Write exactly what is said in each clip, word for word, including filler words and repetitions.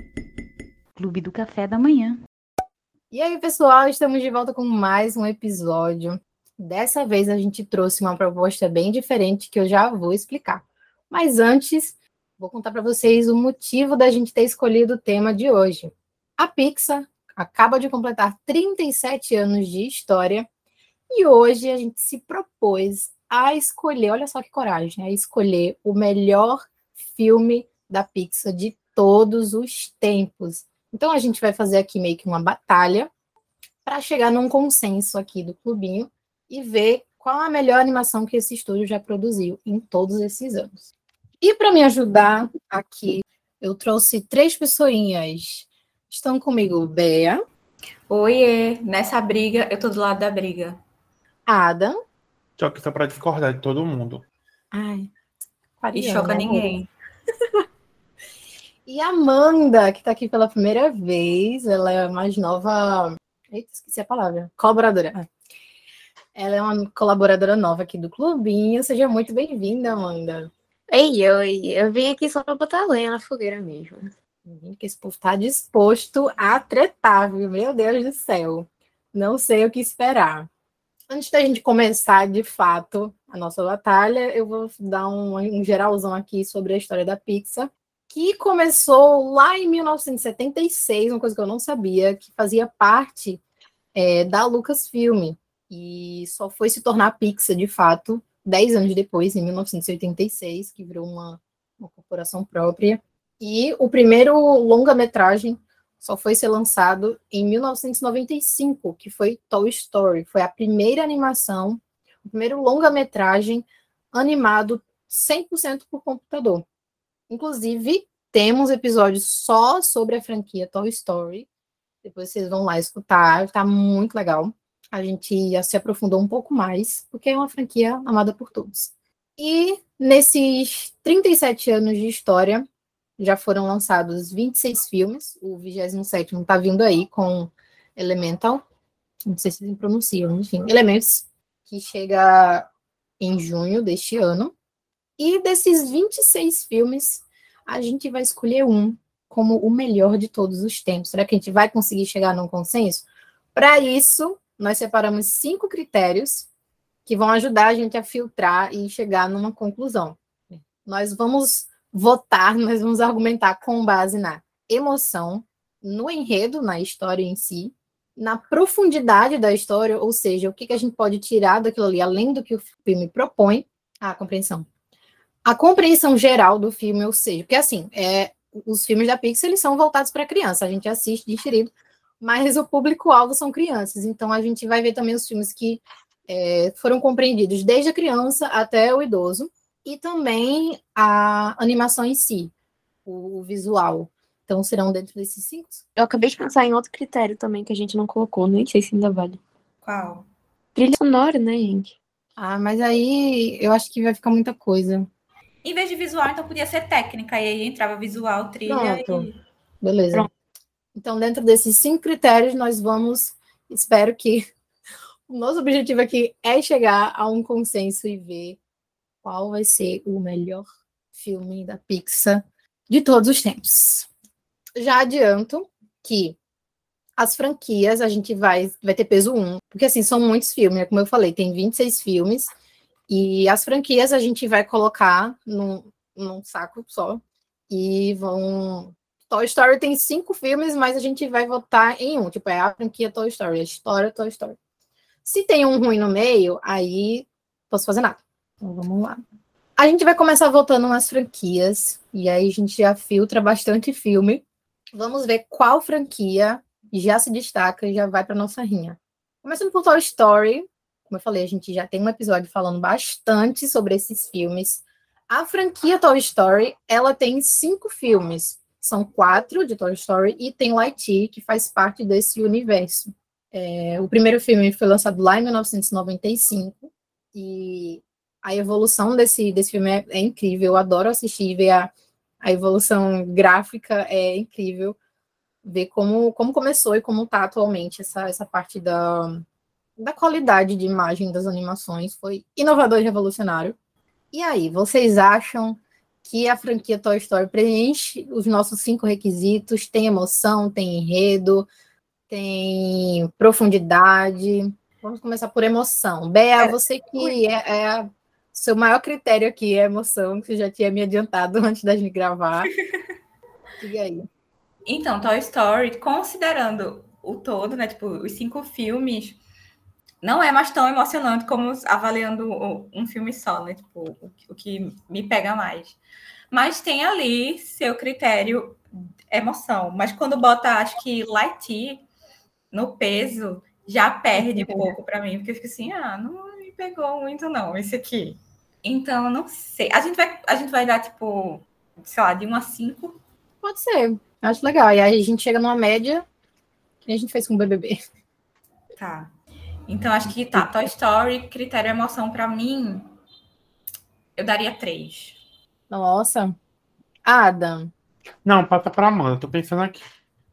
Clube do Café da Manhã. E aí, pessoal, estamos de volta com mais um episódio. Dessa vez a gente trouxe uma proposta bem diferente que eu já vou explicar. Mas antes, vou contar para vocês o motivo da gente ter escolhido o tema de hoje. A Pixar acaba de completar trinta e sete anos de história e hoje a gente se propôs a escolher, olha só que coragem, a escolher o melhor filme da Pixar de todos os tempos. Então a gente vai fazer aqui meio que uma batalha para chegar num consenso aqui do clubinho e ver qual a melhor animação que esse estúdio já produziu em todos esses anos. E para me ajudar aqui, eu trouxe três pessoinhas. Estão comigo Bea. Oiê, nessa briga, eu tô do lado da briga. Adam. Só que só para discordar de todo mundo. Ai, E choca né, ninguém. E Amanda, que está aqui pela primeira vez, ela é a mais nova. Eita, esqueci a palavra. Colaboradora. Ela é uma colaboradora nova aqui do clubinho. Seja muito bem-vinda, Amanda. Ei, oi, eu vim aqui só para botar lenha na fogueira mesmo. Que esse povo está disposto a tretar, viu? Meu Deus do céu. Não sei o que esperar. Antes da gente começar, de fato, a nossa batalha, eu vou dar um, um geralzão aqui sobre a história da Pixar, que começou lá em mil novecentos e setenta e seis, uma coisa que eu não sabia, que fazia parte é, da Lucasfilm, e só foi se tornar Pixar, de fato, dez anos depois, em mil novecentos e oitenta e seis, que virou uma, uma corporação própria. E o primeiro longa-metragem só foi ser lançado em mil novecentos e noventa e cinco, que foi Toy Story. Foi a primeira animação, o primeiro longa-metragem animado cem por cento por computador. Inclusive, temos episódios só sobre a franquia Toy Story. Depois vocês vão lá escutar, tá muito legal. A gente já se aprofundou um pouco mais, porque é uma franquia amada por todos. E nesses trinta e sete anos de história, já foram lançados vinte e seis filmes. O vigésimo sétimo está vindo aí com Elemental. Não sei se vocês pronunciam, enfim. Elementos, que chega em junho deste ano. E desses vinte e seis filmes, a gente vai escolher um como o melhor de todos os tempos. Será que a gente vai conseguir chegar num consenso? Para isso, nós separamos cinco critérios que vão ajudar a gente a filtrar e chegar numa conclusão. Nós vamos votar, nós vamos argumentar com base na emoção, no enredo, na história em si, na profundidade da história, ou seja, o que, que a gente pode tirar daquilo ali, além do que o filme propõe, a compreensão. A compreensão geral do filme, ou seja, porque assim, é, os filmes da Pixar, eles são voltados para criança, a gente assiste digerido, mas o público-alvo são crianças, então a gente vai ver também os filmes que é, foram compreendidos desde a criança até o idoso, e também a animação em si, o visual. Então, serão dentro desses cinco? Eu acabei de pensar em outro critério também que a gente não colocou, nem sei se ainda vale. Qual? Trilha sonora, né, gente? Ah, mas aí eu acho que vai ficar muita coisa. Em vez de visual, então podia ser técnica, e aí entrava visual, trilha Pronto. e... Beleza. Pronto. Então, dentro desses cinco critérios, nós vamos, espero que o nosso objetivo aqui é chegar a um consenso e ver qual vai ser o melhor filme da Pixar de todos os tempos. Já adianto que as franquias a gente vai, vai ter peso um, porque assim, são muitos filmes, né? Como eu falei, tem vinte e seis filmes, e as franquias a gente vai colocar num, num saco só, e vão... Toy Story tem cinco filmes, mas a gente vai votar em um, tipo, é a franquia Toy Story, a história Toy Story. Se tem um ruim no meio, aí não posso fazer nada. Então, vamos lá. A gente vai começar votando nas franquias, e aí a gente já filtra bastante filme. Vamos ver qual franquia já se destaca e já vai para nossa rinha. Começando por Toy Story, como eu falei, a gente já tem um episódio falando bastante sobre esses filmes. A franquia Toy Story, ela tem cinco filmes. São quatro de Toy Story e tem Lightyear, que faz parte desse universo. É, o primeiro filme foi lançado lá em mil novecentos e noventa e cinco, e a evolução desse, desse filme é, é incrível. Eu adoro assistir e ver a, a evolução gráfica, é incrível. Ver como, como começou e como está atualmente essa, essa parte da, da qualidade de imagem das animações. Foi inovador e revolucionário. E aí, vocês acham que a franquia Toy Story preenche os nossos cinco requisitos: tem emoção, tem enredo, tem profundidade. Vamos começar por emoção. Bea, você que é, é seu maior critério aqui é emoção, que você já tinha me adiantado antes da gente gravar. Diga aí. Então, Toy Story, considerando o todo, né? Tipo, os cinco filmes, não é mais tão emocionante como avaliando um filme só, né? Tipo, o que me pega mais. Mas tem ali seu critério emoção. Mas quando bota, acho que Lightyear no peso, já perde um pouco para mim, porque eu fico assim, ah, não me pegou muito não, esse aqui. Então, não sei. A gente vai, a gente vai dar, tipo, sei lá, de um a cinco? Pode ser. Acho legal. E aí a gente chega numa média que a gente fez com o B B B. Tá. Então, acho que tá. Toy Story, critério emoção para mim, eu daria três. Nossa. Adam. Não, passa pra Amanda, tô pensando aqui.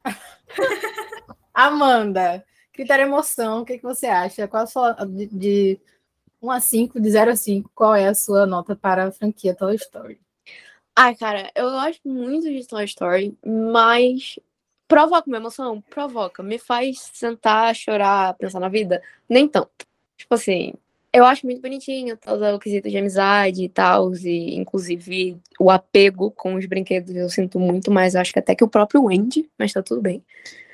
Amanda, critério emoção, o que, que você acha? Qual a sua, de, de um a cinco, de zero a cinco, qual é a sua nota para a franquia Toy Story? Ai, cara, eu gosto muito de Toy Story, mas provoca uma emoção? Provoca. Me faz sentar, chorar, pensar na vida? Nem tanto. Tipo assim, eu acho muito bonitinho todo o quesito de amizade e tal, e inclusive o apego com os brinquedos eu sinto muito mais, acho que até que o próprio Andy, mas tá tudo bem.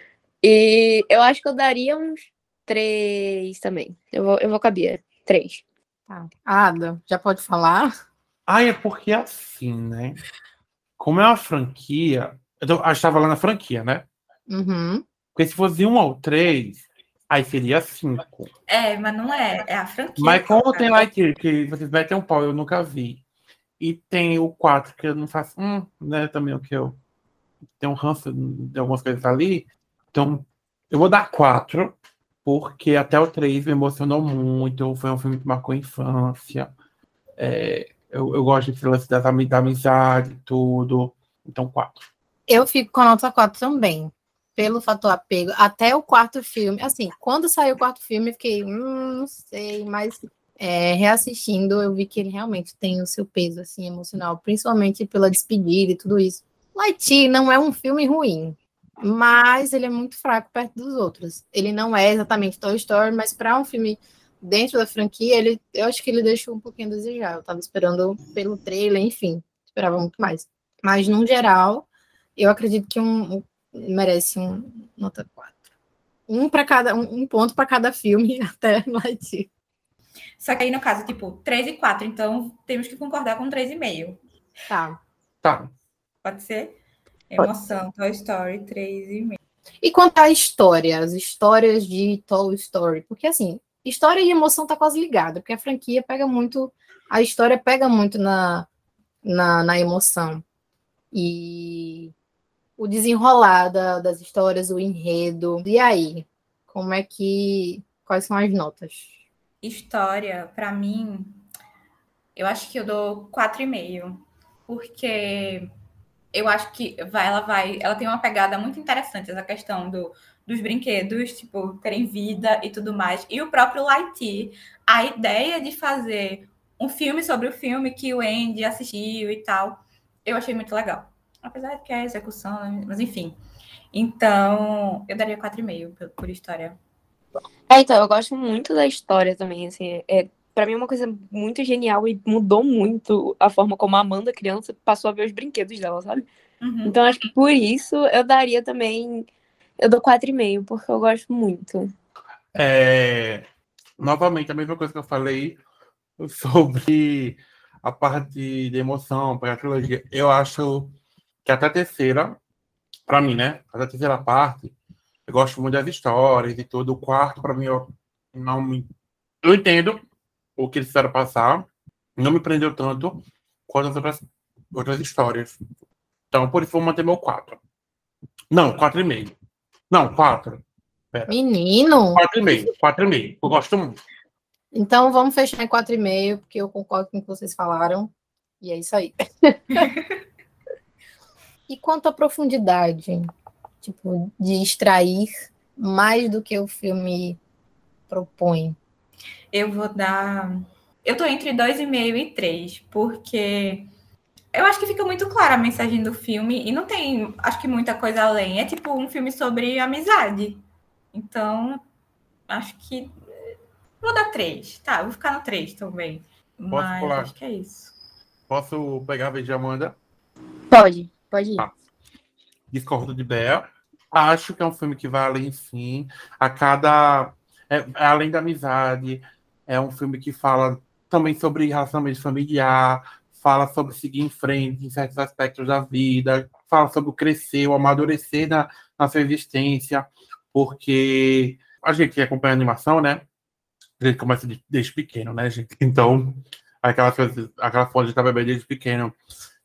E eu acho que eu daria uns três também. Eu vou, eu vou caber. Três. Tá. Ada, já pode falar? Ah, é porque é assim, né? Como é uma franquia. Eu tô, acho que tava lá na franquia, né? Uhum. Porque se fosse um ou três, aí seria cinco. É, mas não é. É a franquia. Mas como cara. tem Lightyear, que vocês metem um pau, eu nunca vi. E tem o quatro, que eu não faço. Hum, né? Também o que eu. Tem um ranço de algumas coisas ali. Então, eu vou dar quatro, porque até o três me emocionou muito. Foi um filme que marcou a infância. É, eu, eu gosto desse lance das ami- da amizade e tudo. Então, quatro. Eu fico com a nota quatro também, pelo fator apego. Até o quarto filme, assim, quando saiu o quarto filme, eu fiquei, hum, não sei, mas é, reassistindo, eu vi que ele realmente tem o seu peso, assim, emocional, principalmente pela despedida e tudo isso. Lightyear não é um filme ruim, mas ele é muito fraco perto dos outros. Ele não é exatamente Toy Story, mas para um filme dentro da franquia, ele, eu acho que ele deixou um pouquinho a desejar. Eu estava esperando pelo trailer, enfim, esperava muito mais. Mas, no geral, eu acredito que um, um merece um nota quatro. Um para cada, um, um ponto para cada filme até Lightyear. Só que aí, no caso, tipo, três e quatro. Então, temos que concordar com três e meio. Tá. Tá. Pode ser? Pode Emoção, Toy Story, três e meio. E quanto à história, as histórias de Toy Story? Porque, assim, história e emoção tá quase ligado, porque a franquia pega muito, a história pega muito na, na, na emoção. E o desenrolar da, das histórias, o enredo. E aí? Como é que... Quais são as notas? História, pra mim, eu acho que eu dou quatro e meio. Porque eu acho que vai, ela vai, ela tem uma pegada muito interessante, essa questão do, dos brinquedos, tipo, terem vida e tudo mais. E o próprio Lightyear, a ideia de fazer um filme sobre o filme que o Andy assistiu e tal, eu achei muito legal. Apesar de que é a execução, né? Mas enfim. Então, eu daria quatro e meio por, por história. É, então, eu gosto muito da história também, assim, é, pra mim é uma coisa muito genial e mudou muito a forma como a Amanda, criança, passou a ver os brinquedos dela, sabe? Uhum. Então, acho que por isso eu daria também, eu dou quatro e meio, porque eu gosto muito. É, novamente, a mesma coisa que eu falei sobre a parte de emoção para a trilogia. Eu acho que até a terceira, para mim, né? Até a terceira parte, eu gosto muito das histórias e tudo. O quarto, para mim, eu não me. Eu entendo o que eles fizeram passar, não me prendeu tanto quanto as outras, outras histórias. Então, por isso, vou manter meu quatro. Não, quatro e meio. Não, quatro. Pera. Menino! Quatro e meio. Quatro e meio. Eu gosto muito. Então, vamos fechar em quatro e meio, porque eu concordo com o que vocês falaram. E é isso aí. E quanto à profundidade, tipo, de extrair mais do que o filme propõe? Eu vou dar. Eu tô entre dois e meio e três, porque eu acho que fica muito clara a mensagem do filme e não tem, acho que muita coisa além. É tipo um filme sobre amizade. Então, acho que vou dar três. Tá, vou ficar no três também. Posso Mas pular? acho que é isso. Posso pegar a vez de Amanda? Pode, pode ir. Tá. Discordo de Bea. Acho que é um filme que vai além, sim. A cada... É, é além da amizade. É um filme que fala também sobre relacionamento familiar, fala sobre seguir em frente em certos aspectos da vida, fala sobre o crescer, o amadurecer na, na sua existência, porque a gente que acompanha a animação, né? A gente começa de- desde pequeno, né, gente? Então, aquela coisa, aquela fonte de estar bebendo desde pequeno.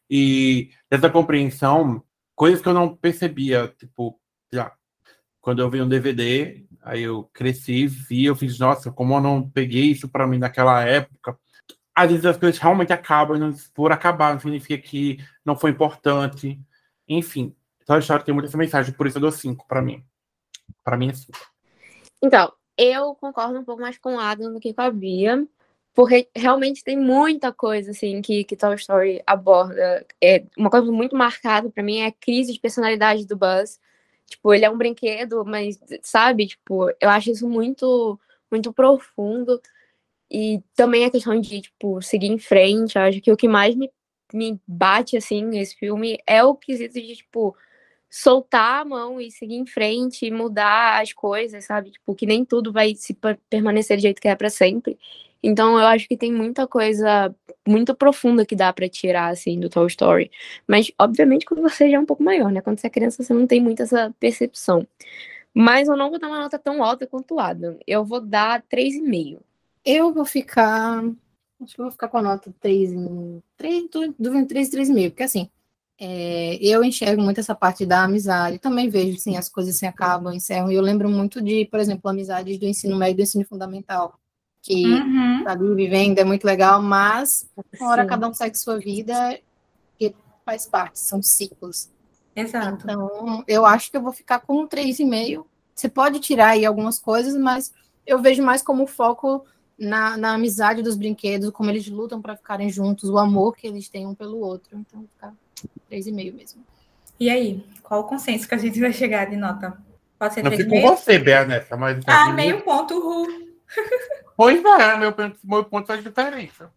E essa compreensão, coisas que eu não percebia, tipo, já, quando eu vi um D V D, aí eu cresci, vi, eu fiz, nossa, como eu não peguei isso para mim naquela época. Às vezes as coisas realmente acabam, não- por acabar, não significa que não foi importante. Enfim, então a história tem muita essa mensagem, por isso eu dou cinco para mim. Para mim é cinco. Então, eu concordo um pouco mais com o Adam do que com a Bia, porque realmente tem muita coisa, assim, que, que Toy Story aborda. É, uma coisa muito marcada pra mim é a crise de personalidade do Buzz. Tipo, ele é um brinquedo, mas, sabe, tipo, eu acho isso muito, muito profundo. E também a questão de, tipo, seguir em frente. Eu acho que o que mais me, me bate, assim, nesse filme é o quesito de, tipo, soltar a mão e seguir em frente e mudar as coisas, sabe? Tipo, que nem tudo vai se per- permanecer do jeito que é pra sempre. Então, eu acho que tem muita coisa muito profunda que dá pra tirar, assim, do Toy Story. Mas, obviamente, quando você já é um pouco maior, né? Quando você é criança, você não tem muito essa percepção. Mas eu não vou dar uma nota tão alta quanto o Adam. Eu vou dar três e meio. Eu vou ficar. Acho que eu vou ficar com a nota três em. três, tô dúvida três, três e meio, porque assim. é, eu enxergo muito essa parte da amizade. Também vejo, assim, as coisas se acabam, encerram. E eu lembro muito de, por exemplo, amizades do ensino médio e do ensino fundamental. Que Uhum. tá ali vivendo, é muito legal, mas uma hora Sim. cada um segue sua vida, que faz parte, são ciclos. Exato. Então, eu acho que eu vou ficar com um três e meio. Você pode tirar aí algumas coisas, mas eu vejo mais como foco na, na amizade dos brinquedos, como eles lutam para ficarem juntos, o amor que eles têm um pelo outro. Então, vou ficar três e meio mesmo. E aí, qual o consenso que a gente vai chegar de nota? Pode ser Eu três e fico com meio? você, Bea, nessa, mas pra Ah, mim, meio ponto, Ru. pois é, meu, ponto- meu ponto faz diferença.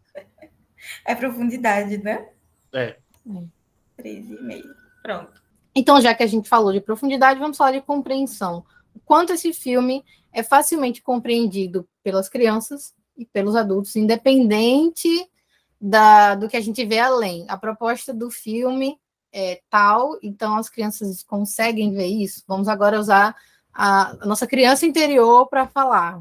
É profundidade, né? É. Três e meio. Pronto. Então, já que a gente falou de profundidade, vamos falar de compreensão. O quanto esse filme é facilmente compreendido pelas crianças e pelos adultos, independente da, do que a gente vê além. A proposta do filme é tal, então as crianças conseguem ver isso. Vamos agora usar a, a nossa criança interior para falar.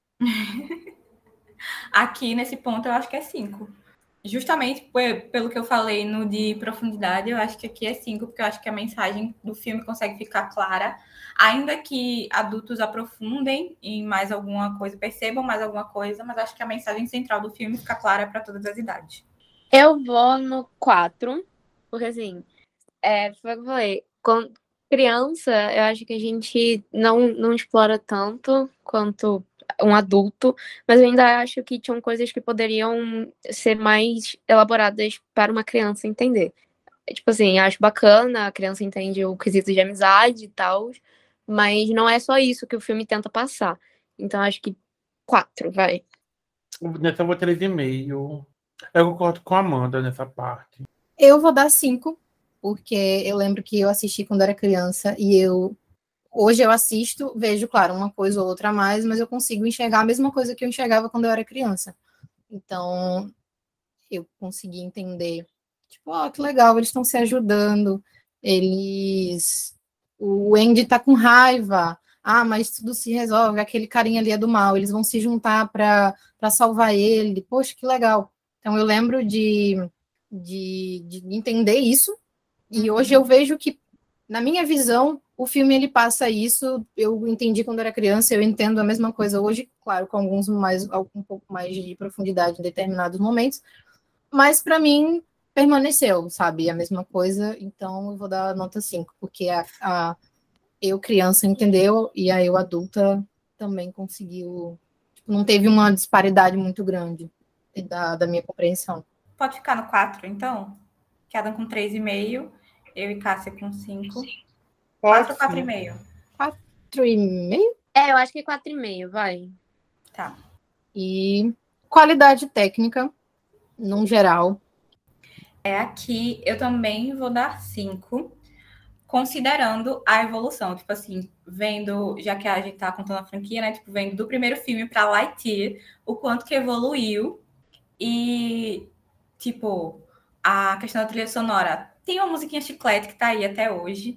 Aqui, nesse ponto, eu acho que é cinco. Justamente pelo que eu falei no de profundidade, eu acho que aqui é cinco, porque eu acho que a mensagem do filme consegue ficar clara, ainda que adultos aprofundem em mais alguma coisa, percebam mais alguma coisa, mas acho que a mensagem central do filme fica clara para todas as idades. Eu vou no quatro, porque assim, é, foi o que eu falei, quando criança, eu acho que a gente não, não explora tanto quanto um adulto, mas eu ainda acho que tinham coisas que poderiam ser mais elaboradas para uma criança entender. É, tipo assim, acho bacana, a criança entende o quesito de amizade e tal, mas não é só isso que o filme tenta passar. Então acho que quatro, vai. Nessa eu vou três e meio. Eu concordo com a Amanda nessa parte. Eu vou dar cinco, porque eu lembro que eu assisti quando era criança e eu hoje eu assisto, vejo, claro, uma coisa ou outra a mais, mas eu consigo enxergar a mesma coisa que eu enxergava quando eu era criança. Então, eu consegui entender, tipo, ó, que legal, eles estão se ajudando, eles... O Andy tá com raiva, ah, mas tudo se resolve, aquele carinha ali é do mal, eles vão se juntar para salvar ele, poxa, que legal. Então, eu lembro de, de, de entender isso, e Uhum. hoje eu vejo que, na minha visão, o filme ele passa isso. Eu entendi quando era criança, eu entendo a mesma coisa hoje, claro, com alguns mais, um pouco mais de profundidade em determinados momentos, mas para mim permaneceu, sabe, a mesma coisa. Então eu vou dar nota cinco, porque a, a eu criança entendeu e a eu adulta também conseguiu, tipo, não teve uma disparidade muito grande da, da minha compreensão. Pode ficar no quatro, então? que Adam com três vírgula cinco, eu e Cássia com cinco. quatro ou quatro vírgula cinco? quatro e meio? É, eu acho que é quatro vírgula cinco, vai. Tá. E qualidade técnica, num geral. É aqui, eu também vou dar cinco, considerando a evolução. Tipo assim, vendo, já que a gente tá contando a franquia, né? Tipo, vendo do primeiro filme pra Lightyear, o quanto que evoluiu. E, tipo, a questão da trilha sonora. Tem uma musiquinha chiclete que tá aí até hoje.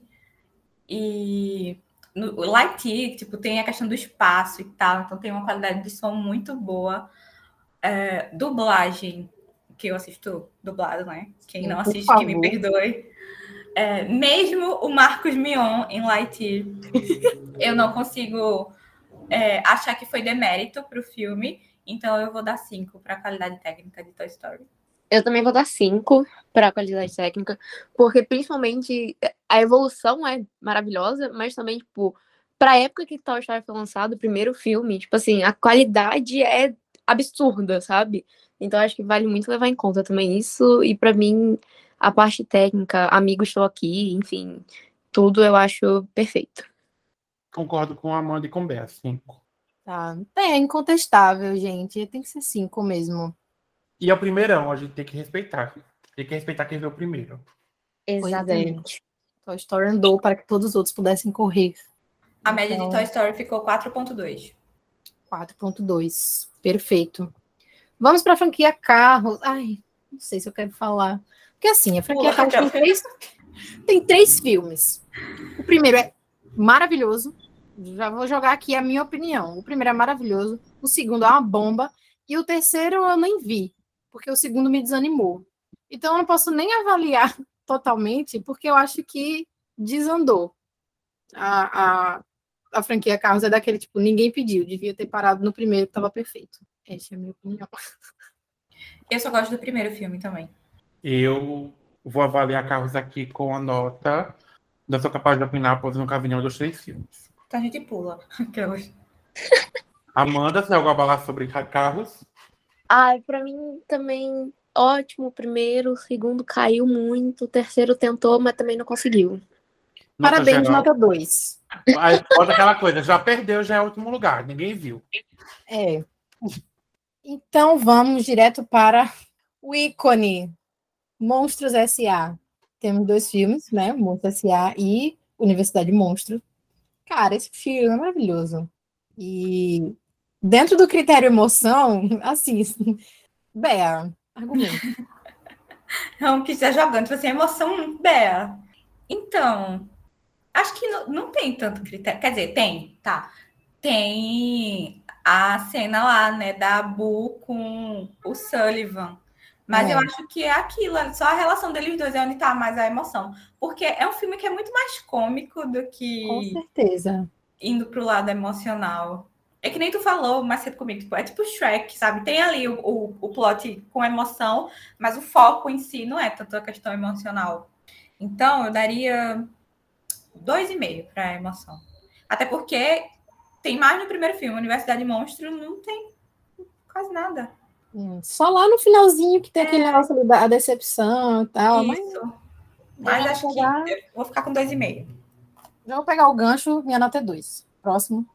E no Lightyear, tipo, tem a questão do espaço e tal. Então tem uma qualidade de som muito boa. É, dublagem, que eu assisto dublado, né? Quem não assiste, que me perdoe. É, mesmo o Marcos Mion em Lightyear, eu não consigo é, achar que foi demérito pro filme. Então eu vou dar cinco para a qualidade técnica de Toy Story. Eu também vou dar cinco para a qualidade técnica, porque principalmente a evolução é maravilhosa, mas também, tipo, para a época que Toy Story foi lançado, o primeiro filme, tipo assim, a qualidade é absurda, sabe? Então acho que vale muito levar em conta também isso, e para mim, a parte técnica, amigos estou aqui, enfim, tudo eu acho perfeito. Concordo com a Amanda e com o Bé, cinco. Tá. É incontestável, gente. Tem que ser cinco mesmo. E é o primeirão, a gente tem que respeitar. Tem que respeitar quem vê o primeiro. Exatamente. É. Toy Story andou para que todos os outros pudessem correr. A então... média de Toy Story ficou quatro ponto dois. quatro ponto dois. Perfeito. Vamos para a franquia Carros. Ai, não sei se eu quero falar. Porque assim, a franquia Pula, Carros tem três, tem três filmes. O primeiro é maravilhoso. Já vou jogar aqui a minha opinião. O primeiro é maravilhoso. O segundo é uma bomba. E o terceiro eu nem vi. Porque o segundo me desanimou. Então eu não posso nem avaliar totalmente, porque eu acho que desandou. A, a, a franquia Carros é daquele tipo, ninguém pediu. Devia ter parado no primeiro, que estava perfeito. Essa é a minha opinião. Eu só gosto do primeiro filme também. Eu vou avaliar Carros aqui com a nota. Não sou capaz de opinar, pois eu nunca vi nenhum dos três filmes. Então a gente pula. Amanda, você tem algo a falar sobre Carros? Ai, pra mim também ótimo. O primeiro, o segundo caiu muito. O terceiro tentou, mas também não conseguiu. Nota Parabéns, geral. nota dois. Aí, bota aquela coisa, já perdeu, já é o último lugar. Ninguém viu. É. Então vamos direto para o ícone Monstros S A. Temos dois filmes, né? Monstros S A e Universidade Monstro. Cara, esse filme é maravilhoso. E dentro do critério emoção, assim, Bea, argumento. Não, que está jogando, tipo assim, emoção, Bea. Então, acho que não, não tem tanto critério. Quer dizer, tem, tá. Tem a cena lá, né, da Boo com o Sullivan. Mas é. eu acho que é aquilo, só a relação deles dois é onde tá mais a emoção. Porque é um filme que é muito mais cômico do que... Com certeza. Indo pro lado emocional. É que nem tu falou mais cedo comigo, tipo, é tipo Shrek, sabe? Tem ali o, o, o plot com emoção, mas o foco em si não é tanto a questão emocional. Então, eu daria dois e meio para a emoção. Até porque tem mais no primeiro filme. Universidade Monstro não tem quase nada. Só lá no finalzinho que tem é. aquele negócio da decepção e tal. Isso. Mas, mas acho pegar... que eu vou ficar com dois e meio. Já vou pegar o gancho, minha nota é dois. Próximo.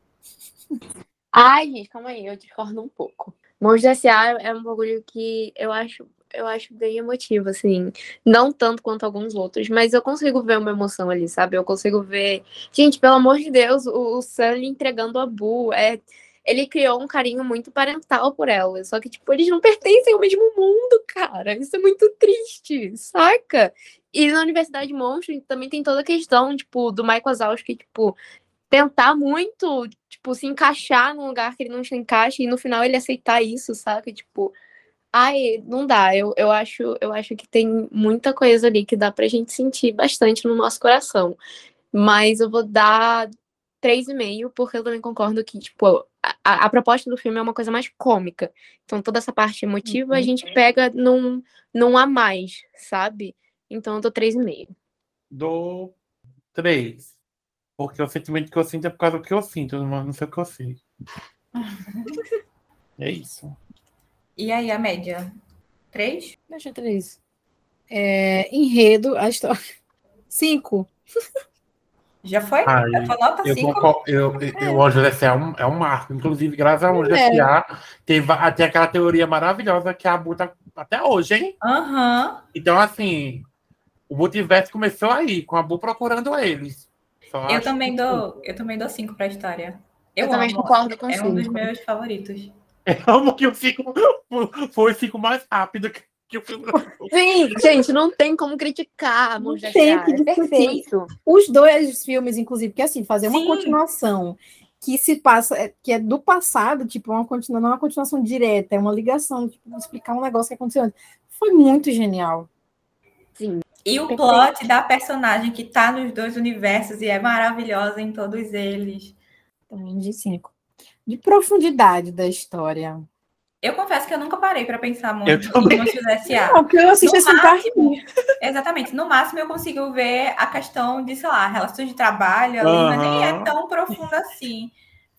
Ai, gente, calma aí, eu discordo um pouco. Monstros S A é um bagulho que eu acho, eu acho bem emotivo, assim. Não tanto quanto alguns outros, mas eu consigo ver uma emoção ali, sabe? Eu consigo ver... Gente, pelo amor de Deus, o, o Sully entregando a Boo. É... Ele criou um carinho muito parental por ela. Só que, tipo, eles não pertencem ao mesmo mundo, cara. Isso é muito triste, saca? E na Universidade Monstro também tem toda a questão, tipo, do Michael Wazowski, tipo... tentar muito, tipo, se encaixar num lugar que ele não se encaixa e no final ele aceitar isso, sabe? Tipo, ai, não dá. Eu, eu, acho, eu acho que tem muita coisa ali que dá pra gente sentir bastante no nosso coração. Mas eu vou dar três e meio, porque eu também concordo que, tipo, a, a proposta do filme é uma coisa mais cômica. Então, toda essa parte emotiva uhum. a gente pega num, num a mais, sabe? Então, eu dou três e meio. Dou três. Porque o sentimento que eu sinto é por causa do que eu sinto, mas não sei o que eu sei. É isso. E aí, a média? Três? Deixa três. É, enredo, a história. Cinco. Já foi? Ai, Foi nota Eu, cinco? concor- eu, eu, o Anjos S A é um, é um marco. Inclusive, graças ao Anjos É. S A, teve até aquela teoria maravilhosa que a Bu tá até hoje, hein? Aham. Então, assim, o multiverso começou aí, com a Bu procurando eles. Só Eu acho também que- dou, eu também dou cinco pra história. Eu, Eu também amo. concordo com É um dos cinco. meus favoritos. Eu amo que o cinco foi o cinco mais rápido que, que o filme. Sim, gente, não tem como criticar a Não Monstros tem S A. o que É discutir. perfeito. Os dois filmes, inclusive, porque assim, fazer uma Sim. continuação que se passa, é- que é do passado, tipo, uma continua, não é uma continuação direta, é uma ligação, tipo, explicar um negócio que aconteceu antes. Foi muito genial. Sim. E o Perfeito. plot da personagem que tá nos dois universos e é maravilhosa em todos eles. Também de cinco. De profundidade da história. Eu confesso que eu nunca parei para pensar Eu muito também. em Monstros S A. Não, porque eu assisto No esse filme pra rir. Exatamente. No máximo, eu consigo ver a questão de, sei lá, relações de trabalho ali, mas nem é Aham. tão profunda assim.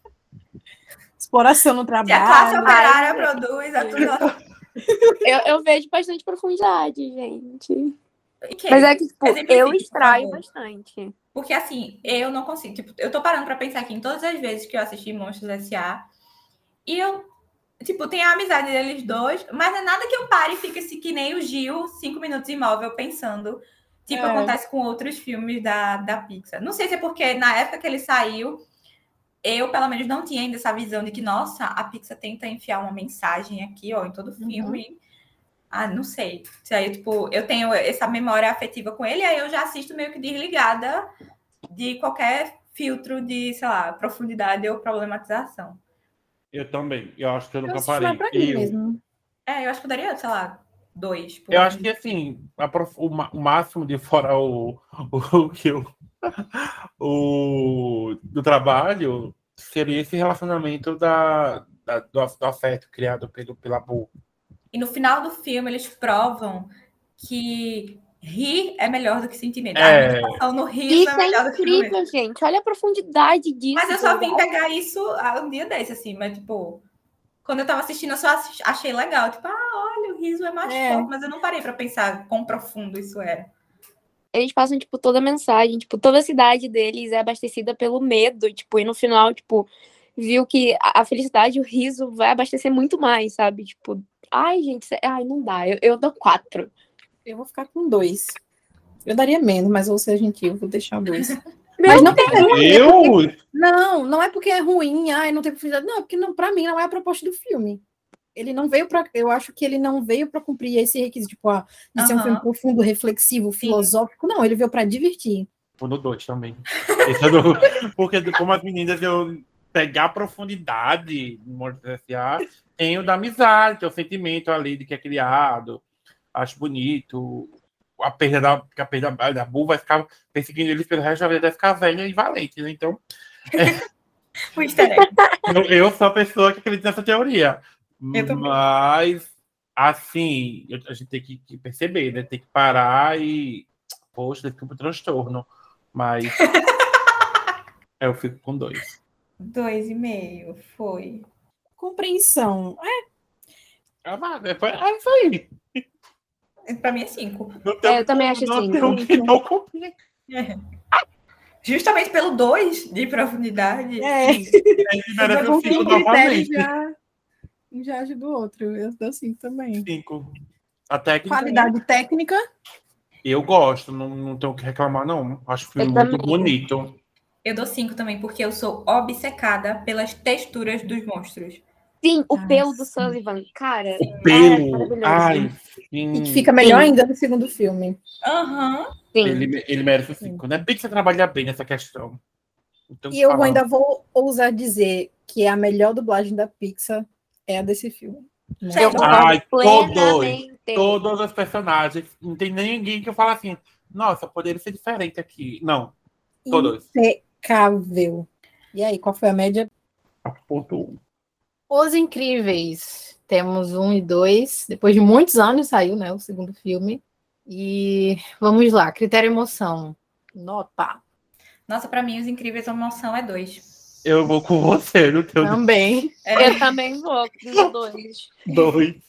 Exploração no Se a classe trabalho. operária Ai, produz, é tudo... Eu, eu vejo bastante profundidade, gente. Ok. Mas é que, tipo, Exemplifique, eu por extraio favor. bastante. Porque, assim, eu não consigo... Tipo, eu tô parando pra pensar aqui em todas as vezes que eu assisti Monstros S A e eu, tipo, tenho a amizade deles dois, mas é nada que eu pare e fique assim, que nem o Gil, cinco minutos imóvel, pensando. Tipo, É. acontece com outros filmes da, da Pixar. Não sei se é porque na época que ele saiu, eu, pelo menos, não tinha ainda essa visão de que, nossa, a Pixar tenta enfiar uma mensagem aqui, ó, em todo filme. Ah, não sei. Se aí, tipo, eu tenho essa memória afetiva com ele, aí eu já assisto meio que desligada de qualquer filtro de, sei lá, profundidade ou problematização. Eu também. Eu acho que eu Eu nunca assisto mais parei. pra mim Eu, mesmo. É, eu acho que eu daria, sei lá, dois. por eu aí. acho que, assim, a prof- o, ma- o máximo de fora o, o, que eu, o do trabalho seria esse relacionamento da, da- do, do afeto criado pelo, pela Bu. E no final do filme, eles provam que rir é melhor do que sentimento. A É. meditação no riso é Isso é melhor do que no medo. incrível, gente. Olha a profundidade disso. Mas eu só vim tá ligado? pegar isso ah, um dia desse, assim, mas, tipo, quando eu tava assistindo, eu só assisti- achei legal. Tipo, ah, olha, o riso é mais É. forte, mas eu não parei pra pensar quão profundo isso era. Eles passam, tipo, toda a mensagem. Tipo, toda a cidade deles é abastecida pelo medo. Tipo, e no final, tipo, viu que a a felicidade e o riso vai abastecer muito mais, sabe? Tipo, ai, gente, cê- ai, não dá. Eu, eu dou quatro. Eu vou ficar com dois. Eu daria menos, mas vou ser gentil, vou deixar dois. Meu Mas não é ruim, é porque- Eu? não, não é porque é ruim, ai, não tem profundidade. Não, é porque não, pra mim não é a proposta do filme. Ele não veio para, eu acho que ele não veio para cumprir esse requisito, tipo, ah, de ser um Aham. filme profundo, reflexivo, filosófico. Não, ele veio para divertir. Vou no dois também. Esse é do- porque como as meninas eu pegar a profundidade do Monstros S A, tem o da amizade, tem o sentimento ali de que é criado, acho bonito. A perda da, a perda da Bu vai ficar perseguindo eles pelo resto da vida, vai ficar velha e valente, né? Então, O easter egg. eu, eu sou a pessoa que acredita nessa teoria. Eu também. Mas, assim, eu- a gente tem que, que perceber, né? Tem que parar e. Poxa, fica um transtorno. Mas. eu fico com dois. Dois e meio, foi. Compreensão. Ah, mas é, foi- é isso aí. Pra mim é cinco. Não tem, É, eu também acho não assim. tem o que não compreender. Justamente pelo dois de profundidade. É, Ele merece eu um vou cinco com critério novamente. já, já age do outro. Eu dou assim também. Cinco. A técnica, Qualidade técnica. eu gosto, não, não tenho o que reclamar, não. Acho o filme Eu muito também. bonito. Eu dou cinco também, porque eu sou obcecada pelas texturas dos monstros. Sim, o Ah, pelo do sim. Sullivan, cara. O pelo. maravilhoso. Ai, sim. E que fica melhor Sim. ainda no segundo filme. Aham. Sim. Ele, ele merece o cinco, né? Bem que você trabalha bem nessa questão. Então, E eu falando. ainda vou ousar dizer que a melhor dublagem da Pixar é a desse filme. Né? Eu Sério? concordo Ai, todos, plenamente. todos os personagens. Não tem ninguém que eu falo assim, nossa, poderia ser diferente aqui. Não, todos. Impecável. E aí, qual foi a média? Ponto um. Os Incríveis. Temos um e dois. Depois de muitos anos saiu, né, o segundo filme. E vamos lá, critério emoção. Nota. Nossa, pra mim, Os Incríveis, a emoção é dois. Eu vou com você, no teu Também. É, Eu também vou com dois. dois.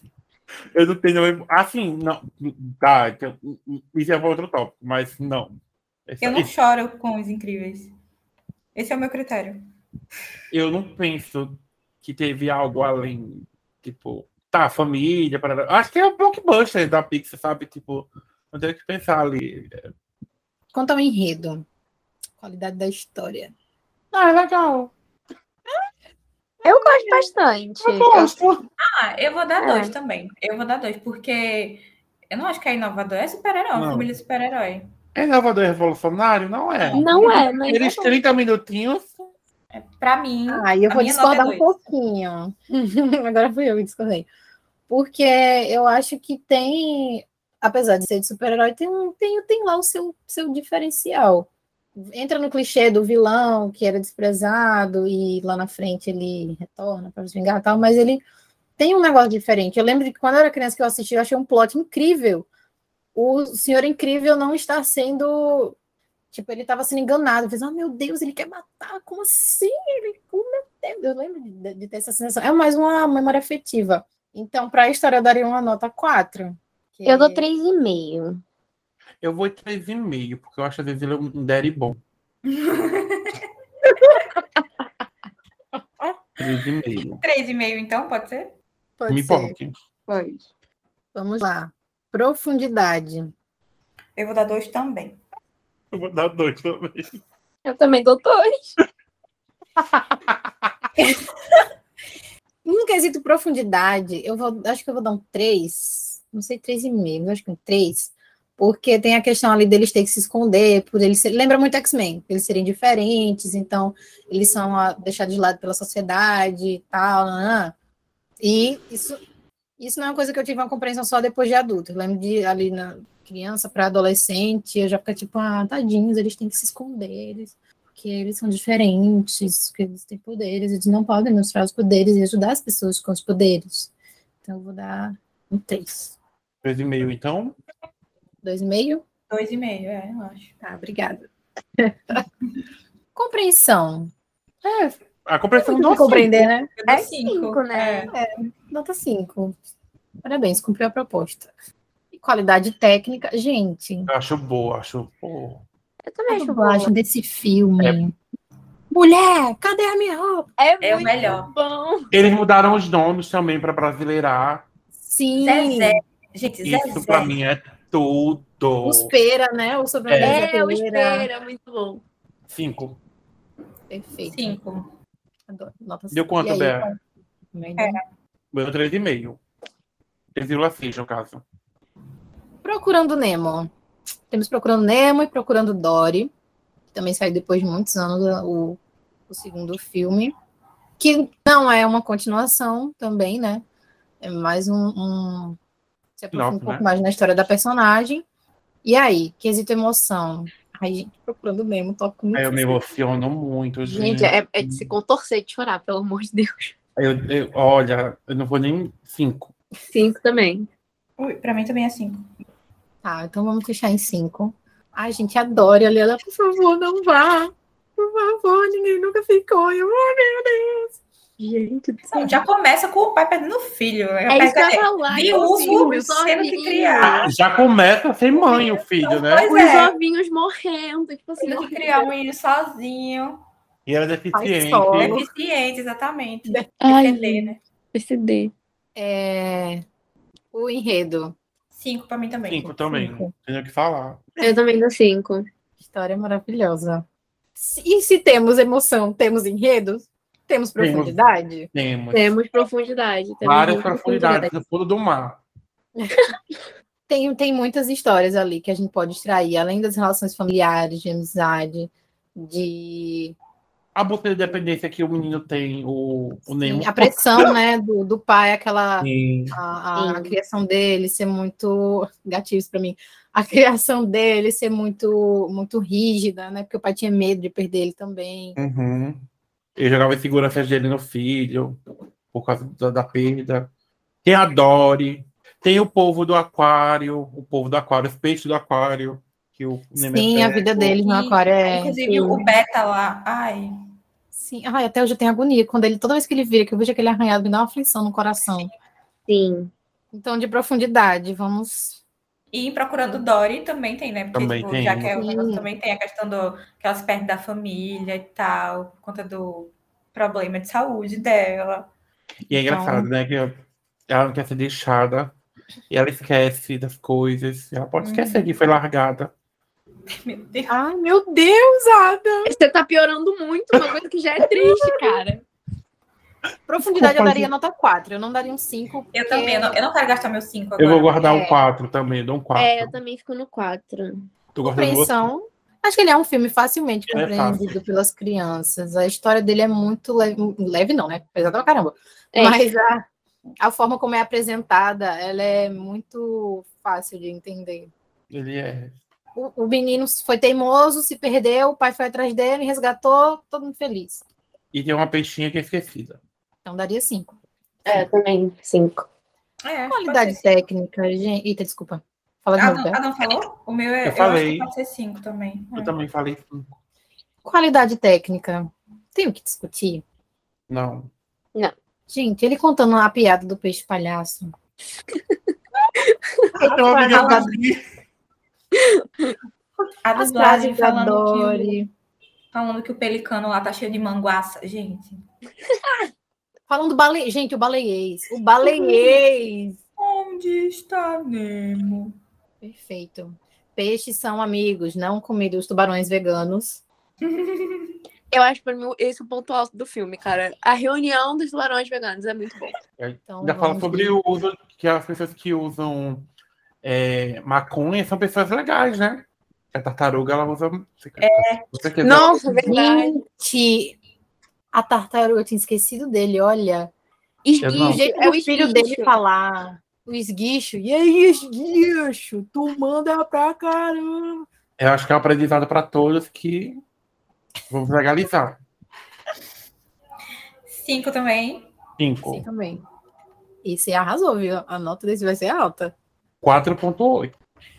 Eu não tenho. Assim, não. Tá, então, isso é para outro tópico, mas não. Essa- Eu não choro com Os Incríveis. Esse é o meu critério. eu não penso que teve algo além, tipo, tá, família, para. Acho que é o blockbuster da Pixar, sabe? Tipo, não tenho que pensar ali. Conta o enredo. Qualidade da história. Ah, é legal. Eu gosto bastante. Eu gosto. Ah, eu vou dar É. dois também. Eu vou dar dois, porque eu não acho que é inovador, é super-herói, Não. família super-herói. É inovador e revolucionário? Não é. Não é, mas Aqueles é bom. trinta minutinhos. Pra mim, Ah, e eu a vou minha nota é discordar um dois. pouquinho. Agora fui eu que discordei. Porque eu acho que tem, apesar de ser de super-herói, tem, um, tem, tem lá o seu, seu diferencial. Entra no clichê do vilão que era desprezado e lá na frente ele retorna para se vingar e tal, mas ele tem um negócio diferente. Eu lembro de que quando eu era criança que eu assisti, eu achei um plot incrível. O Senhor Incrível não está sendo... Tipo, ele estava sendo enganado. Eu fiz, oh, meu Deus, ele quer matar. Como assim? Ele, oh, meu Deus. Eu lembro de, de ter essa sensação. É mais uma memória afetiva. Então, para a história, eu daria uma nota quatro. Que... Eu dou três e meio. Eu vou três e meio, porque eu acho que às vezes ele é um daddy bom. três e meio. Três e meio, então, pode ser? Pode Me ser. importe. Pode. Vamos lá. Profundidade. Eu vou dar dois também. Eu vou dar dois também. Eu também dou dois. No quesito profundidade, eu vou, acho que eu vou dar um três. Não sei, três e meio, acho que um três. Porque tem a questão ali deles terem que se esconder, por eles ser, lembra muito X-Men, eles serem diferentes, então eles são ah, deixados de lado pela sociedade e tal, não, não. E isso, isso não é uma coisa que eu tive uma compreensão só depois de adulto. Eu lembro de ali na criança para adolescente, eu já fico tipo, ah, tadinhos, eles têm que se esconder, eles, porque eles são diferentes, porque eles têm poderes, eles não podem mostrar os poderes e ajudar as pessoas com os poderes. Então eu vou dar um três. três e meio, então. Dois e meio? Dois e meio, é, eu acho. Tá, obrigada. Compreensão. É, a compreensão do Não compreender, né? Eu dou É cinco, cinco, né? é. Nota cinco. Parabéns, cumpriu a proposta. E qualidade técnica, gente. Eu acho boa, acho boa. Eu também A acho dublagem bom. desse filme. Mulher, cadê a minha roupa? É, É o muito melhor. bom. Eles mudaram os nomes também para brasileirar. Sim. Zezé. Gente, Isso Zezé. para mim é tudo. Os pera, né? O sobrenome É. é, É, o Pera. espera, muito bom. Cinco. Perfeito. Cinco. Adoro. Nota Deu quanto, E aí, Bea? qual- Também, É. né? Deu três e meio. três vírgula seis, no caso. Procurando Nemo. Temos Procurando Nemo e Procurando Dory, que também saiu depois de muitos anos o, o segundo filme, que não é uma continuação também, né? É mais um... um se aprofunda Nossa, um pouco né? mais na história da personagem. E aí, quesito emoção. Ai, gente, Procurando Nemo, toco muito. Aí eu me emociono muito, gente. Gente, é, é de se contorcer de chorar, pelo amor de Deus. Eu, eu- olha, eu não vou nem cinco. Cinco também. Ui, pra mim também é cinco. Tá, então vamos fechar em cinco. Ai, gente, adoro. Ali, ela, por favor, não vá. Por favor, ninguém nunca ficou. Eu, oh, meu Deus. Gente do Não, já começa com o pai perdendo o filho. É isso que eu ia falar. Viúvo, os ovinhos, tendo que ovinhos. criar. Já começa sem mãe o filho, né? Pois Os é, ovinhos morrendo. Tipo assim, tendo que criar um menino sozinho. E era deficiente. solo. Deficiente, exatamente. Ai, Defender, né? P C D. É... O enredo. Cinco pra mim também. Cinco também. Cinco. Tenho que falar. Eu também dou cinco. História maravilhosa. E se temos emoção, temos enredos? Temos profundidade? Temos Temos profundidade. Temos várias muita profundidades no fundo do mar. Tem, tem muitas histórias ali que a gente pode extrair, além das relações familiares, de amizade, de A busca de dependência que o menino tem, o, o Nemo. sim, a pressão, né, do, do pai, aquela Sim. a, a, a Sim. criação dele ser muito gatilhos para mim, a criação dele ser muito muito rígida, né, porque o pai tinha medo de perder ele também. Uhum. Ele jogava inseguranças dele no filho, por causa da, da perda. Tem a Dory, tem o povo do aquário, o povo do aquário, os peixes do aquário, que o Nemo é Sim, a pego. vida deles no E, aquário é Inclusive, o Beta lá. Ai, sim, ai, até hoje eu tenho agonia quando ele toda vez que ele vira, que eu vejo aquele arranhado, me dá uma aflição no coração. Sim. Então, de profundidade, vamos... E em Procurando Dory também tem, né? Porque, Também tipo, tem. já que é o negócio, Sim. também tem a questão do que ela se perde da família e tal, por conta do problema de saúde dela. E é Então- engraçado, né? Que ela não quer ser deixada. E ela esquece das coisas. Ela pode esquecer que foi largada. Meu Deus. Ai, meu Deus, Ada! Você tá piorando muito uma coisa que já é triste, cara. Profundidade eu Desculpa, daria gente. nota quatro, eu não daria um cinco. Eu porque- também, eu não, eu não quero gastar meus cinco agora. Eu vou guardar É. um quatro também, eu dou um quatro. É, eu também fico no quatro. Tô guardando você. Compreensão. Acho que ele é um filme facilmente É compreendido pelas crianças. A história dele é muito leve, leve não, né? Pesada pra caramba. É. Mas a, a forma como é apresentada, ela é muito fácil de entender. Ele é. O, o menino foi teimoso, se perdeu, o pai foi atrás dele, resgatou, todo mundo feliz. E tem uma peixinha que é esquecida. Então daria cinco. É, também, cinco. É, Qualidade pode ser cinco. técnica, gente. Eita, desculpa. Fala de Ah, novo, não, Bel. ah, não falou? O meu é. Eu Eu, acho falei. que pode ser cinco também. Eu É. também falei cinco. Qualidade técnica. Tem o que discutir? Não. Gente, ele contando a piada do peixe palhaço. Eu tenho uma amiga Fala- assim. A As dublagem frases da falando que, o, Dory. falando que o pelicano lá tá cheio de manguaça. Gente. Falando do bale... Gente, o baleiês. O baleiês. Onde está Nemo? Perfeito. Peixes são amigos, não comida os tubarões veganos. Eu acho pra mim esse é o ponto alto do filme, cara. A reunião dos tubarões veganos é muito bom. Então, Ainda fala vamos sobre ver. o uso que as pessoas que usam é, maconha são pessoas legais, né? A tartaruga, ela usa. É. Você quer Nossa, é verdade. Gente, a tartaruga, eu tinha esquecido dele, olha. O Esguicho, jeito é o do filho esguicho. dele falar. O esguicho. E aí, esguicho? Tu manda pra caramba. Eu acho que é um aprendizado para todos que vamos legalizar. Cinco também. Cinco. Sim, também. E você arrasou, viu? A nota desse vai ser alta. quatro ponto oito.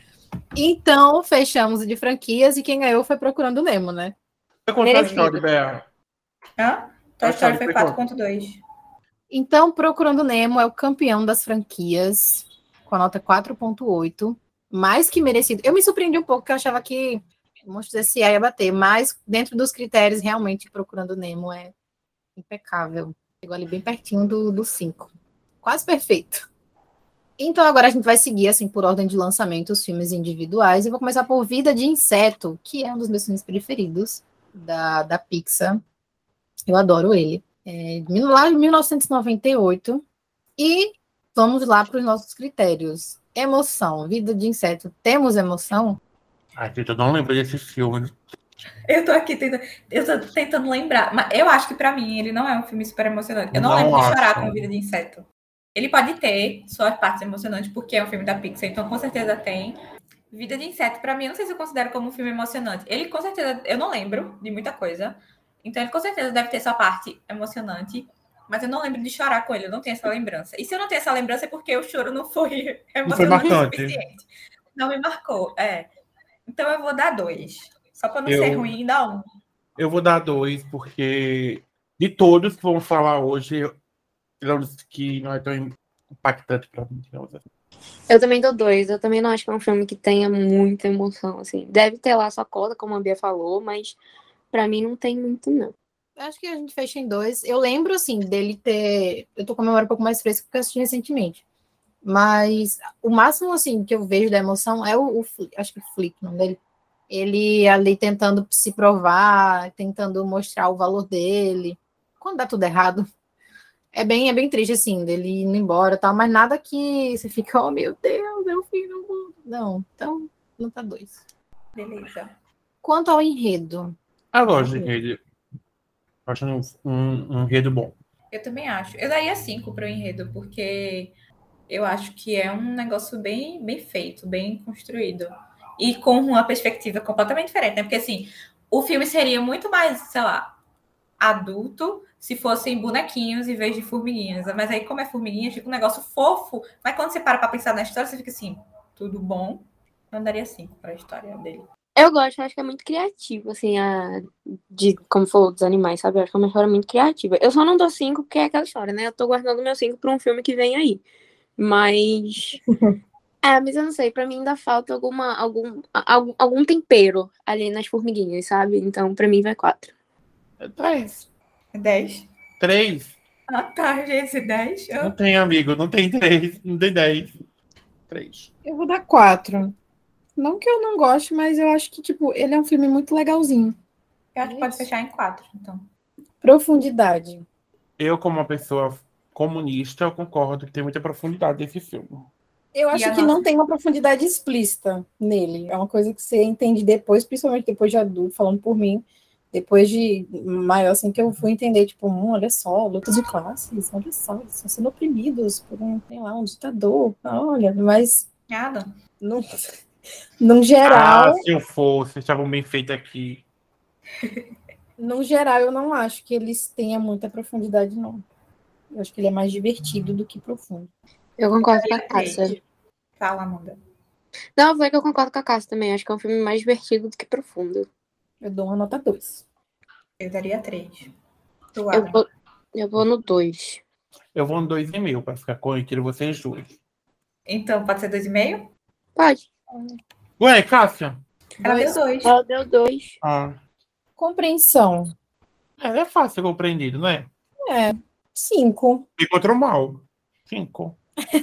Então, fechamos o de franquias e quem ganhou foi Procurando Nemo, né? Você contou a Merecido. história, Bea? Hã? Toy A Story Story foi foi quatro ponto dois. Então, Procurando Nemo é o campeão das franquias, com a nota quatro ponto oito. Mais que merecido. Eu me surpreendi um pouco, porque eu achava que o Monstros S A ia bater, mas dentro dos critérios, realmente, Procurando Nemo é impecável. Chegou ali bem pertinho do cinco. Quase perfeito. Então, agora a gente vai seguir, assim, por ordem de lançamento, os filmes individuais. E vou começar por Vida de Inseto, que é um dos meus filmes preferidos da, da Pixar. Eu adoro ele. É, lá em mil novecentos e noventa e oito. E vamos lá para os nossos critérios. Emoção. Vida de Inseto. Temos emoção? Ai, gente, eu não lembro desse filme. Eu tô aqui tentando, eu tô tentando lembrar, mas eu acho que pra mim ele não é um filme super emocionante. Eu não, Não lembro de chorar acho. com Vida de Inseto. Ele pode ter suas partes emocionantes, porque é um filme da Pixar, então com certeza tem. Vida de Inseto, pra mim, eu não sei se eu considero como um filme emocionante. Ele com certeza, eu não lembro de muita coisa, então ele com certeza deve ter sua parte emocionante, mas eu não lembro de chorar com ele, eu não tenho essa lembrança. E se eu não tenho essa lembrança é porque o choro não foi emocionante o marcante. suficiente. Não me marcou, é. Então eu vou dar dois. Só pra não Eu- ser ruim, dá um. Eu vou dar dois, porque de todos que vamos falar hoje, eu- ele é um dos que não é tão impactante pra mim. digamos assim. Eu também dou dois. Eu também não acho que é um filme que tenha muita emoção, assim. Deve ter lá sua coisa, como a Bia falou, mas pra mim não tem muito, não. Acho que a gente fecha em dois. Eu lembro, assim, dele ter... Eu tô com a memória um pouco mais fresca porque eu assisti recentemente. Mas o máximo, assim, que eu vejo da emoção é o... o Fli- acho que o Flick, o nome dele. Ele ali tentando se provar, tentando mostrar o valor dele. Quando dá tudo errado. É bem, é bem triste, assim, dele indo embora e tal. Mas nada que você fica, oh, meu Deus, é o fim do mundo. Não, então, nota dois. Beleza. Quanto ao enredo... Ah, lógico, enredo. Acho um, um, um enredo bom. Eu também acho. Eu daria cinco pro enredo, porque eu acho que é um negócio bem, bem feito, bem construído. E com uma perspectiva completamente diferente, né? Porque, assim, o filme seria muito mais, sei lá, adulto se fossem bonequinhos em vez de formiguinhas. Mas aí, como é formiguinha, fica um negócio fofo. Mas quando você para pra pensar na história, você fica assim, tudo bom. Eu daria cinco pra história dele. Eu gosto, eu acho que é muito criativo, assim, a... de como falou dos animais, sabe? Eu acho que é uma história muito criativa. Eu só não dou cinco porque é aquela história, né? Eu tô guardando meu cinco pra um filme que vem aí. Mas. É, mas eu não sei, pra mim ainda falta alguma, algum, algum, algum tempero ali nas formiguinhas, sabe? Então, pra mim vai quatro. É três. dez? Três. Ah, tá, gente, dez. Não Eu... tem, amigo. Não tem três. Não tem dez. Três. Eu vou dar quatro. Não que eu não goste, mas eu acho que, tipo, ele é um filme muito legalzinho. eu acho que pode fechar em quatro, então. Profundidade. Eu, como uma pessoa comunista, eu concordo que tem muita profundidade nesse filme. Eu E acho a que nossa? não tem uma profundidade explícita nele. É uma coisa que você entende depois, principalmente depois de adulto, falando por mim. Depois de maior, assim, que eu fui entender, tipo, hum, olha só, luta de classes, olha só, eles estão sendo oprimidos por um, sei lá, um ditador, olha, mas Nada. no, no geral, Ah, se eu fosse, estavam bem feitos aqui. no geral, eu não acho que eles tenham muita profundidade, não. Eu acho que ele é mais divertido do que profundo. Eu concordo com a Três. Cássia. Fala, Amanda. Não, foi que eu concordo com a Cássia também. Acho que é um filme mais divertido do que profundo. Eu dou uma nota dois. Eu daria três. Tu, Eu Adam? vou, eu vou no dois. Eu vou no dois e meio para ficar com entre vocês dois. Então, pode ser dois e meio? Pode. Ué, Cássia? Ela Dois. deu dois. Ela deu dois. Ah, Compreensão. é, é fácil ser compreendido, não é? É, cinco. E contra o mal. Cinco.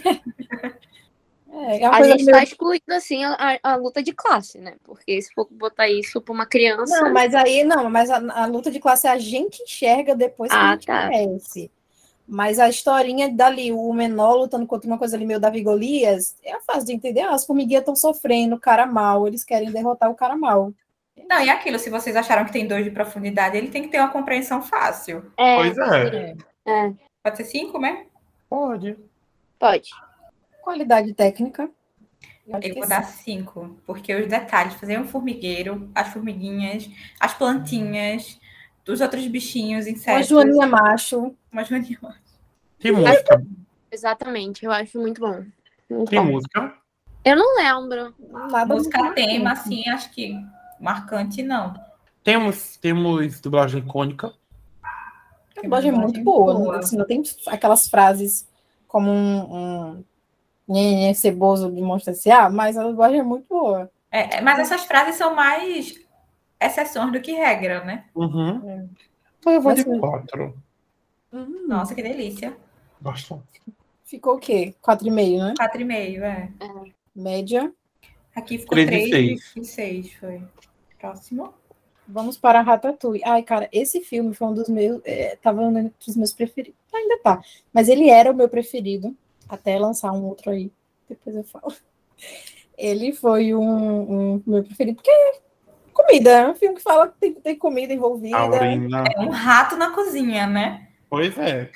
É, é uma A coisa gente meio... tá excluindo, assim, a, a- a luta de classe, né? Porque se for botar isso pra uma criança... Não, mas aí não, mas a, a luta de classe a gente enxerga depois que a Ah, gente tá. conhece. Mas a historinha dali, o menor lutando contra uma coisa ali meio Davi e Golias, é fácil de entender. Ah, as formiguinhas estão sofrendo, o cara mal, eles querem derrotar o cara mal. Não, e aquilo, se vocês acharam que tem dois de profundidade, ele tem que ter uma compreensão fácil. É, Pois é. é, Pode ser cinco, né? Pode. pode. Qualidade técnica. Eu acho Eu que vou sim. dar cinco, porque os detalhes, fazer um formigueiro, as formiguinhas, as plantinhas, os outros bichinhos, Uma insetos. joaninha macho. Uma joaninha. Tem música. Exatamente, eu acho muito bom. Muito Tem bom. música. Eu não lembro. Nada Música muito tema, marcante. assim, acho que marcante, não. Temos, temos dublagem icônica. A dublagem é muito boa. Não, assim, não tem aquelas frases como um, um nhenhenhê ceboso de Monstro S A, mas a dublagem é muito boa. É, é, mas essas frases são mais exceções do que regra, né? Uhum. É. Então eu vou Mas, de quatro. Hum, Nossa, que delícia. Bastante. ficou o quê? quatro e meio, né? Quatro e meio, é. Média. Aqui ficou Três e três seis. e seis, foi. Próximo. Vamos para Ratatouille. Ai, cara, esse filme foi um dos meus... É, tava entre os meus preferidos. Ainda tá. Mas ele era o meu preferido. Até lançar um outro aí. Depois eu falo. Ele foi um, um meu preferido. Porque é comida. É um filme que fala que tem que ter comida envolvida. Taurina. É um rato na cozinha, né? Pois é.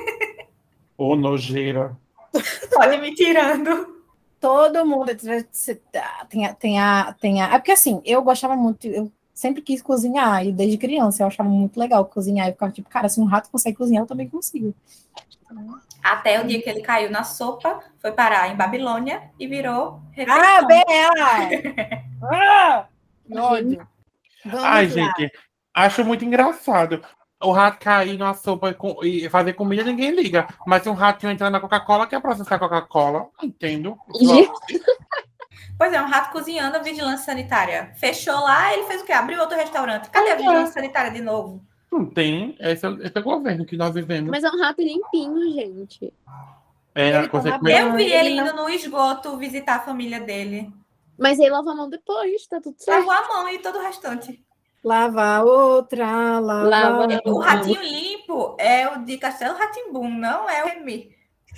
Ô, nojeira. Olha me tirando. Todo mundo tem a, tem a, tem a. É porque assim, eu gostava muito, eu sempre quis cozinhar, e desde criança eu achava muito legal cozinhar. Eu ficava tipo, cara, se um rato consegue cozinhar, eu também consigo. Até o dia que ele caiu na sopa, foi parar em Babilônia e virou refeição. Ah, bem, ah! Ah! Que ódio. Vamos Ai, lá. gente, acho muito engraçado. O rato cair na sopa e co- e fazer comida, ninguém liga. Mas se um ratinho entrar na Coca-Cola, quer processar a Coca-Cola. Não entendo. Pois é, um rato cozinhando a vigilância sanitária. Fechou lá, ele fez o quê? Abriu outro restaurante. Cadê a vigilância sanitária de novo? Não tem. Esse é, esse é o governo que nós vivemos. Mas é um rato limpinho, gente. É, Ele consegue tava comer. bem. Eu vi ele ele não- indo no esgoto visitar a família dele. Mas aí lava a mão depois, tá tudo certo. Lavou a mão e todo o restante. Lava outra, lava. Lava outra. O ratinho limpo é o de Castelo Rá-Tim-Bum, não é o Remy.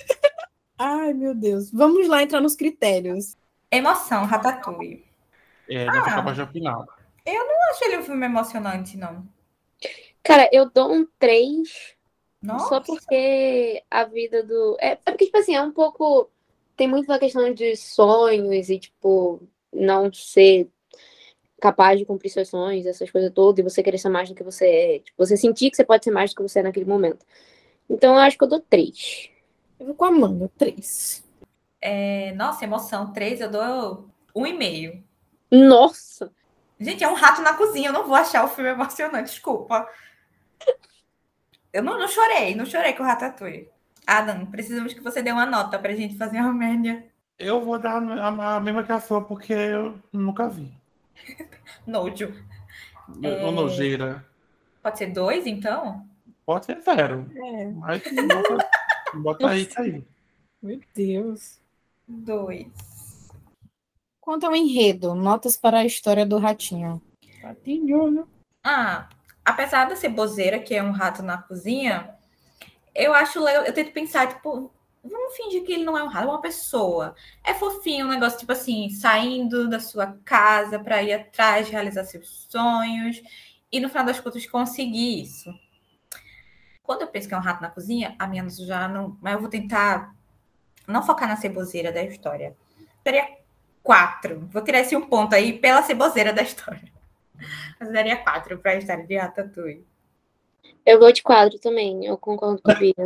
Ai, meu Deus. Vamos lá entrar nos critérios. Emoção, Ratatouille. É, nessa Ah. Copa já final. Não acho ele um filme emocionante, não. Cara, eu dou um três Nossa. só porque a vida do... É, é porque, tipo assim, é um pouco... Tem muito a questão de sonhos e, tipo, não ser capaz de cumprir seus sonhos, essas coisas todas, e você querer ser mais do que você é. Tipo, você sentir que você pode ser mais do que você é naquele momento. Então, eu acho que eu dou três. Eu vou com a Amanda, três. É, nossa, emoção, três, eu dou um e meio. Nossa! Gente, é um rato na cozinha, eu não vou achar o filme emocionante, desculpa. Eu não, não chorei, não chorei com o Ratatouille. Adam, precisamos que você dê uma nota pra gente fazer uma média. Eu vou dar a, a mesma que a sua, porque eu nunca vi. Nojo. É... Nojeira. Pode ser dois, então? Pode ser zero. É. Mas bota, bota aí, tá aí. Meu Deus. Dois. Quanto ao enredo, notas para a história do ratinho. Ratinho, né? Ah, apesar da ceboseira, que é um rato na cozinha, eu acho legal, eu tento pensar, tipo, vamos fingir que ele não é um rato, é uma pessoa. É fofinho um negócio, tipo assim, saindo da sua casa para ir atrás, realizar seus sonhos, e no final das contas conseguir isso. Quando eu penso que é um rato na cozinha, a minha já não... Mas eu vou tentar não focar na ceboseira da história. Teria quatro. Vou tirar esse um ponto aí pela ceboseira da história. Mas daria quatro para a história de Ratatouille. Eu vou de quatro também, eu concordo com a Bia.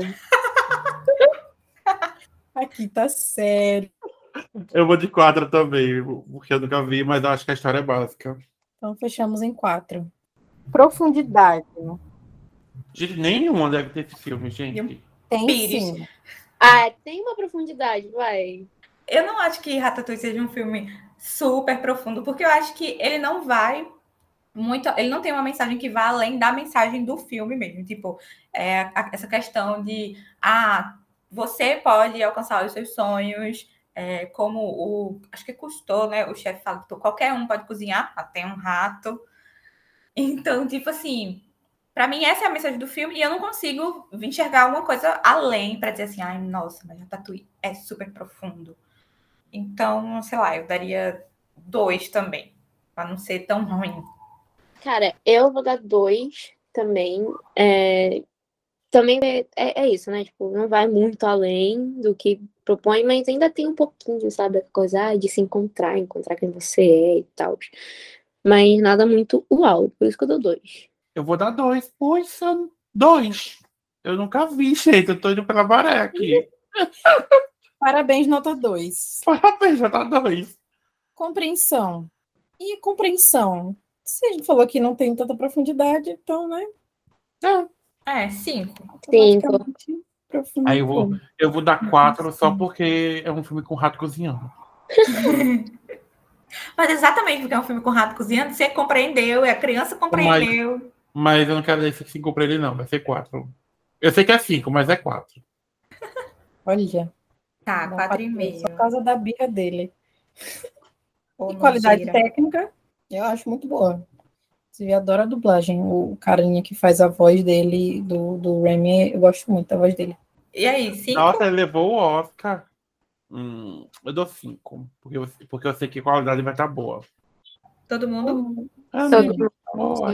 Aqui tá sério. Eu vou de quatro também, porque eu nunca vi, mas acho que a história é básica. Então fechamos em quatro. Profundidade. Gente, nenhuma deve ter esse filme, gente. Tem Pires. sim. Ah, tem uma profundidade, vai. Eu não acho que Ratatouille seja um filme super profundo, porque eu acho que ele não vai muito... Ele não tem uma mensagem que vá além da mensagem do filme mesmo. Tipo, é, a, essa questão de... Ah, você pode alcançar os seus sonhos, é, como o... Acho que custou, né? O chefe fala que qualquer um pode cozinhar, até um rato. Então, tipo assim... Pra mim, essa é a mensagem do filme e eu não consigo enxergar alguma coisa além para dizer assim, ai, nossa, mas Ratatouille é super profundo. Então, sei lá, eu daria dois também, para não ser tão ruim. Cara, eu vou dar dois também. É... Também é, é, é isso, né? Tipo, não vai muito além do que propõe, mas ainda tem um pouquinho, sabe? A coisa ah, de se encontrar, encontrar quem você é e tal. Mas nada muito uau, por isso que eu dou dois. Eu vou dar dois. Poxa, dois. Eu nunca vi, gente. Eu tô indo pela maré aqui. Parabéns, nota dois. Parabéns, já dá dois. Compreensão. E compreensão? Se a gente falou que não tem tanta profundidade, então, né? É, cinco. Cinco. Aí eu vou, eu vou dar quatro só porque é um filme com rato cozinhando. Mas exatamente porque é um filme com rato cozinhando, você compreendeu, e a criança compreendeu. Mas, mas eu não quero dizer cinco pra ele, não. Vai ser quatro. Eu sei que é cinco, mas é quatro. Olha. Tá, quatro e meio. Por causa da birra dele. Ou E qualidade nojeira. técnica, eu acho muito boa. Você adora a dublagem. O carinha que faz a voz dele, do, do Remy, eu gosto muito da voz dele. E aí, cinco? Nossa, ele levou o Oscar. Hum, eu dou cinco. Porque eu, porque eu sei que a qualidade vai estar boa. Todo mundo Ah, Todo meu, boa.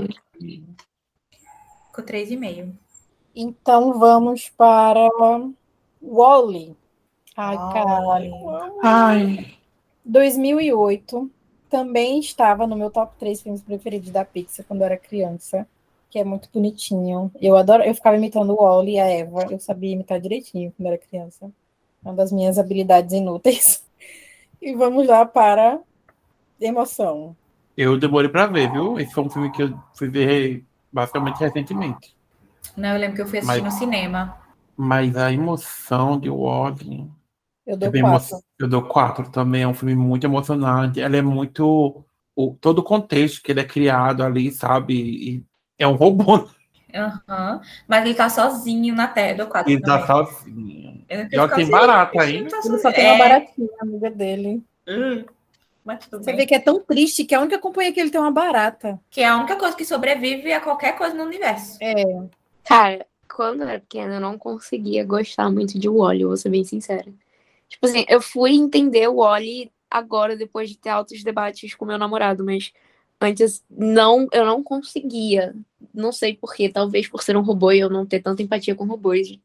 com três e meio. Então vamos para Wall-E. Ai, Wall-E. caralho. Ai. dois mil e oito também estava no meu top três filmes preferidos da Pixar quando eu era criança, que é muito bonitinho. Eu adoro, eu ficava imitando o Wall-E e a Eva, eu sabia imitar direitinho quando eu era criança. Uma das minhas habilidades inúteis. E vamos lá para emoção. Eu demorei pra ver, viu? Esse foi um filme que eu fui ver basicamente recentemente. Não, eu lembro que eu fui assistir Mas- no cinema. Mas a emoção de Wall-E... Eu É dou bem quatro. emo- Eu dou quatro também. É um filme muito emocionante. Ela é muito. O, todo o contexto que ele é criado ali, sabe? E é um robô. Aham. Mas ele tá sozinho na Terra, eu dou quatro Ele tá também. sozinho. Eu não E olha que tem assim, barata "Ixi, ainda." ele tá Ele sozinho." só tem É, uma baratinha, amiga dele. hum, mas tudo Você bem. vê que é tão triste que a única companhia que ele tem é uma barata. Que é a única coisa que sobrevive a qualquer coisa no universo. É. Cara, quando eu era pequena, eu não conseguia gostar muito de Wall-E, eu vou ser bem sincera. Tipo assim, eu fui entender o Wall-E agora, depois de ter altos debates com meu namorado, mas antes não, eu não conseguia. Não sei por quê, talvez por ser um robô e eu não ter tanta empatia com robôs.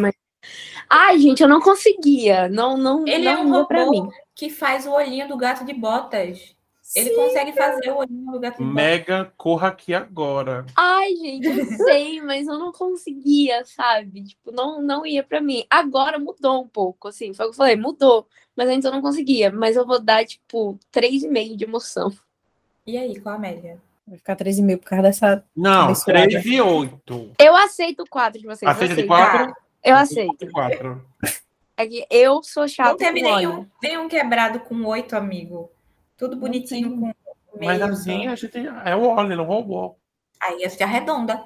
Ai, gente, eu não conseguia. Não, não, Ele não é um ia pra mim. robô que faz o olhinho do gato de botas. Ele Sim. consegue fazer o olhinho do gato de botas. Mega, corra aqui agora. Ai, gente, eu sei, mas eu não conseguia, sabe? Tipo, não, não ia pra mim. Agora mudou um pouco, assim, foi o que eu falei, mudou. Mas antes eu não conseguia. Mas eu vou dar, tipo, três e meio de emoção. E aí, qual a média? Vai ficar três e meio por causa dessa. Não, Abençoada. três e oito. Eu aceito quatro de vocês. eu Aceita de aceito. quatro? Eu aceito. Quatro. É que eu sou chata Não teve com nenhum, óleo. nenhum quebrado com oito, amigo. Tudo bonitinho com Mas meio. assim, só. a gente é o Oli, não roubou. Aí a gente arredonda.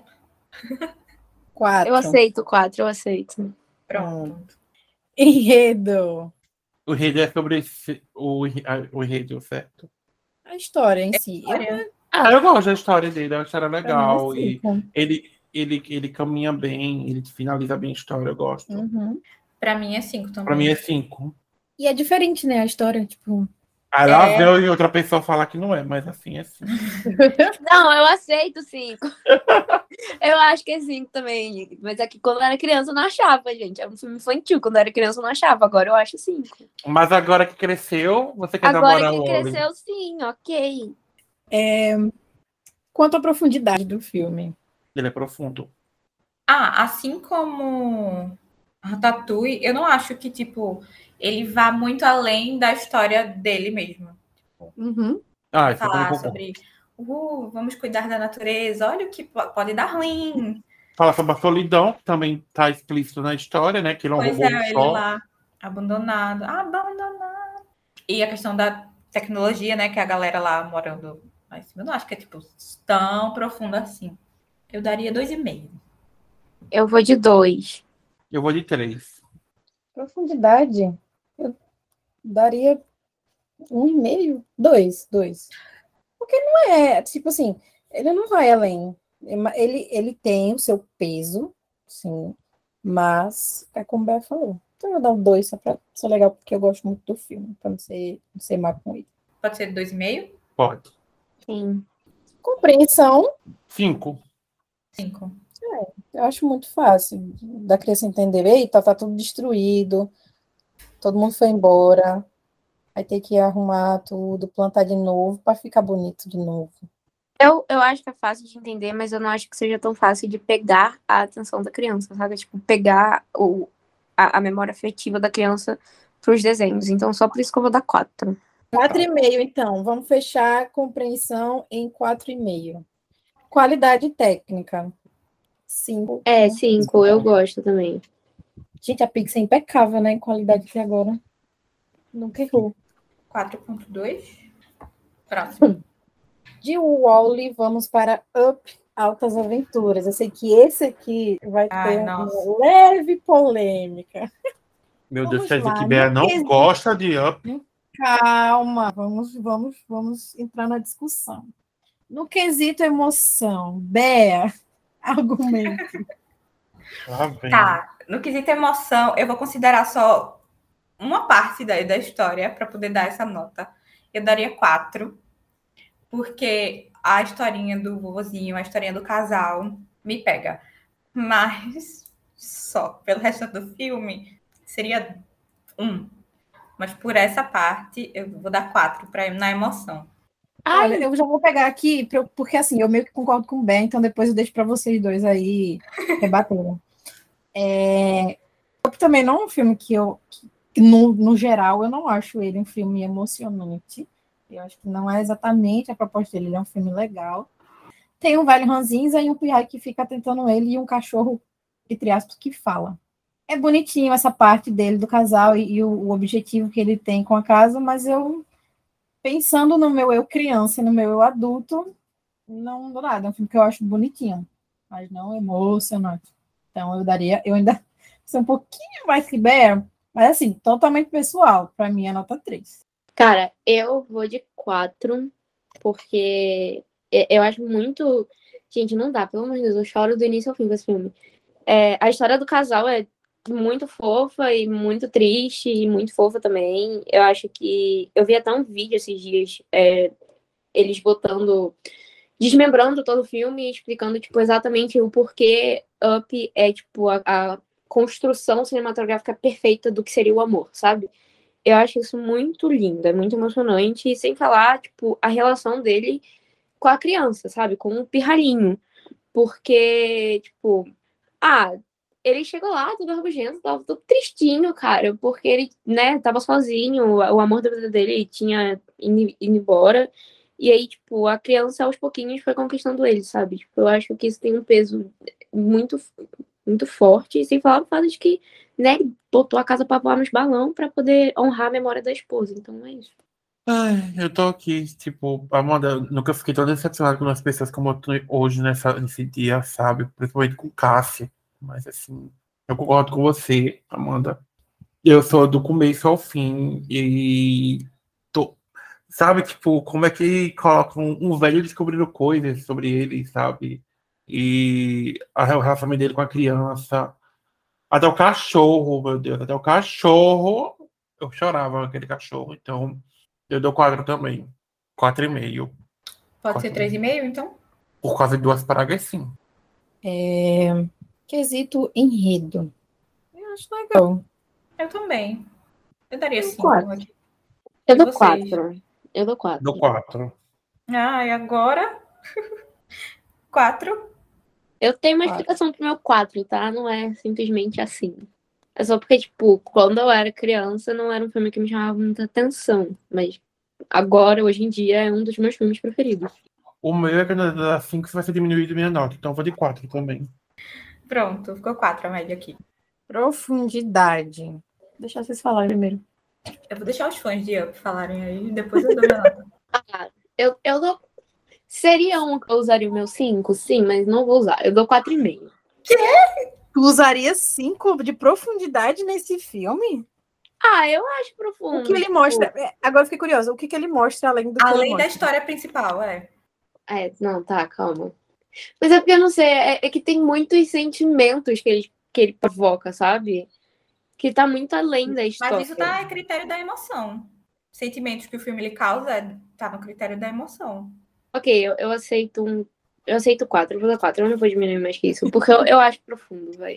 Quatro. Eu aceito quatro, eu aceito. Pronto. Enredo. O rei é sobre esse- o, a- o enredo, certo? A história em si. Eu, Olha, Ah, eu gosto da história dele, é uma história pra mim, é legal. E cinco. ele, ele, ele caminha bem, ele finaliza bem a história, eu gosto. Uhum. pra mim é cinco também. Pra mim é cinco. E é diferente, né? A história, tipo. Aí lá É. vem outra pessoa falar que não é, mas assim é cinco. Não, eu aceito cinco. Eu acho que é cinco também. Mas é que quando eu era criança eu não achava, gente. É um filme infantil. Quando eu era criança eu não achava. Agora eu acho cinco. Mas agora que cresceu, você quer Agora namorar que o Oli. cresceu, sim, ok. Quanto à profundidade do filme. Ele é profundo. Ah, assim como Ratatouille, eu não acho que, tipo, ele vá muito além da história dele mesmo. Uhum. Ah, isso eu também Falar concordo. sobre, uh, vamos cuidar da natureza, olha o que po- pode dar ruim. Fala sobre a solidão, que também tá explícito na história, né? Que ele é um Pois robô é, ele só. lá, abandonado, abandonado. E a questão da tecnologia, né, que a galera lá morando lá em cima, eu não acho que é, tipo, tão profundo assim. Eu daria dois e meio. Eu vou de dois. Eu vou de três. Profundidade. Eu daria um e meio. Dois. Dois. Porque não é, tipo assim, ele não vai além. Ele, ele tem o seu peso, sim, mas é como o Bé falou. Então eu vou dar um dois só pra ser legal, porque eu gosto muito do filme, pra não ser, não ser má com ele. Pode ser dois e meio? Pode. Sim. Compreensão, Cinco. Cinco. eu acho muito fácil da criança entender. Eita, tá tudo destruído, todo mundo foi embora, vai ter que arrumar tudo, plantar de novo para ficar bonito de novo. Eu, eu acho que é fácil de entender, mas eu não acho que seja tão fácil de pegar a atenção da criança, sabe? Tipo, pegar o, a, a memória afetiva da criança pros desenhos. Então, só por isso que eu vou dar quatro. Quatro e meio, então. Vamos fechar a compreensão em quatro e meio. Qualidade técnica. Cinco. É, cinco, eu gosto também. Gente, a Pixar é impecável, né? Em qualidade até agora. Nunca errou. quatro ponto dois. Próximo. De Wall-E, vamos para Up, Altas Aventuras. Eu sei que esse aqui vai Ai, ter nossa. uma leve polêmica. Meu Deus, Vamos quer dizer lá, que Bea no não quesito- gosta de Up. Calma, vamos, vamos, vamos entrar na discussão. No quesito emoção, Bea, argumento. Ah, vem. Tá, no quesito emoção, eu vou considerar só uma parte da, da história para poder dar essa nota. Eu daria quatro, porque a historinha do vovozinho, a historinha do casal, me pega. Mas só pelo resto do filme, seria um. Mas por essa parte, eu vou dar quatro para na emoção. Olha, eu já vou pegar aqui, pra eu- porque assim, eu meio que concordo com o Ben, então depois eu deixo para vocês dois aí rebaterem. É, Up também não é um filme que eu, que, no, no geral, eu não acho ele um filme emocionante. Eu acho que não é exatamente a proposta dele, ele é um filme legal. Tem um velho ranzinza e um pirrai que fica tentando ele e um cachorro, entre aspas, que fala. É bonitinho essa parte dele, do casal, e, e o, o objetivo que ele tem com a casa, mas eu, pensando no meu eu criança e no meu eu adulto, não dou nada. É um filme que eu acho bonitinho, mas não emocionante. Então eu daria, eu ainda sou um pouquinho mais que Bear, mas assim, totalmente pessoal. Para mim é nota três. Cara, eu vou de quatro, porque e- eu acho muito. Gente, não dá, pelo amor de Deus, eu choro do início ao fim desse filme. É, a história do casal é muito fofa e muito triste e muito fofa também. Eu acho que. Eu vi até um vídeo esses dias, é, eles botando. Desmembrando todo o filme e explicando, tipo, exatamente o porquê Up é, tipo, a, a construção cinematográfica perfeita do que seria o amor, sabe? Eu acho isso muito lindo, é muito emocionante. E sem falar, tipo, a relação dele com a criança, sabe? Com o pirralhinho. Porque, tipo, ah, ele chegou lá, tudo rabugento, tava todo tristinho, cara. Porque ele, né, tava sozinho, o amor da vida dele tinha ido embora. E aí, tipo, a criança aos pouquinhos foi conquistando ele, sabe? Tipo, eu acho que isso tem um peso muito muito forte. E sem falar o fato de que, né, ele botou a casa pra voar nos balão pra poder honrar a memória da esposa. Então é isso. Ai, eu tô aqui, tipo, Amanda, eu nunca fiquei tão decepcionado com as pessoas como eu tô hoje nessa, nesse dia, sabe? Principalmente com Cássia. Mas assim, eu concordo com você, Amanda. Eu sou do começo ao fim e tô, sabe, tipo, como é que coloca um, um velho descobrindo coisas sobre ele, sabe? E a o relacionamento dele com a criança. Até o cachorro, meu Deus, até o cachorro. Eu chorava com aquele cachorro, então eu dou quatro também. Quatro e meio. Pode Quatro ser e três e meio, então? Por causa de duas pragas, sim. É, quesito enredo. Eu acho legal. Eu também. Eu daria Eu cinco quatro. aqui. Eu E dou vocês? quatro. Eu dou Dou quatro. quatro. Ah, e agora? Quatro. Eu tenho uma Quatro. explicação pro meu quatro, tá? Não é simplesmente assim. É só porque, tipo, quando eu era criança, não era um filme que me chamava muita atenção. Mas agora, hoje em dia, é um dos meus filmes preferidos. O meu é que da cinco vai ser diminuído minha nota, então eu vou de quatro também. Pronto, ficou quatro a média aqui. Profundidade. Vou deixar vocês falarem primeiro. Eu vou deixar os fãs de Up falarem aí, depois eu dou minha nota. Ah, eu, eu dou. Seria um que eu usaria o meu cinco? Sim, mas não vou usar. Eu dou quatro e meio. Tu usaria cinco de profundidade nesse filme? Ah, eu acho profundo. O que ele mostra? é, Agora eu fiquei curiosa. O que, que ele mostra além do que ele Além da mostra? história principal, é. É, não, tá, calma. Mas é porque eu não sei, é, é que tem muitos sentimentos que ele, que ele provoca, sabe? Que tá muito além da história. Mas isso tá a critério da emoção. Sentimentos que o filme ele causa, tá no critério da emoção. Ok, eu, eu aceito um. Eu aceito quatro, eu vou dar quatro. Eu não vou diminuir mais que isso, porque eu, eu acho profundo, velho.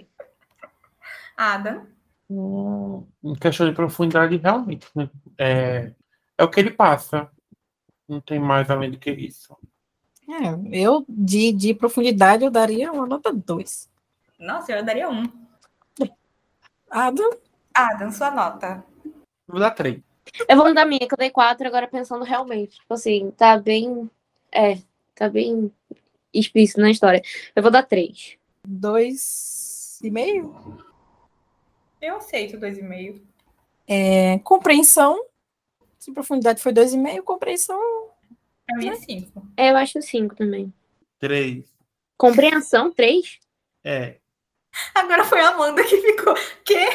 Adam, Hum, em questão de profundidade, realmente, né? É, é o que ele passa. Não tem mais além do que isso. É, eu, de, de profundidade, eu daria uma nota dois. nossa, eu daria um. Adam, Adam, sua nota. Vou dar três. Eu vou dar minha, que eu dei quatro, agora pensando realmente. Tipo assim, tá bem. É, tá bem explícito na história. Eu vou dar três. dois e meio. Eu aceito dois e meio. É, compreensão. Se profundidade foi dois e meio, compreensão. Pra mim é cinco. É, eu acho cinco também. Três. Compreensão, três? É. Agora foi a Amanda que ficou. Quê?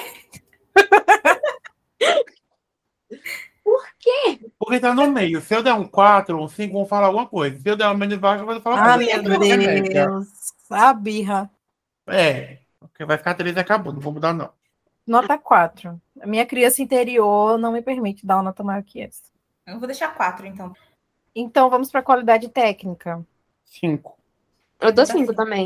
Por quê? Porque tá no meio. Se eu der um quatro, um cinco, vão falar alguma coisa. Se eu der uma menos baixa, eu vou falar Ah, alguma coisa. meu Porque é média. Deus. A birra. É. Porque vai ficar três e acabou. Não vou mudar, não. Nota quatro. A minha criança interior não me permite dar uma nota maior que essa. Eu vou deixar quatro, então. Então, vamos para a qualidade técnica. Cinco. Eu dou Vou dar cinco também.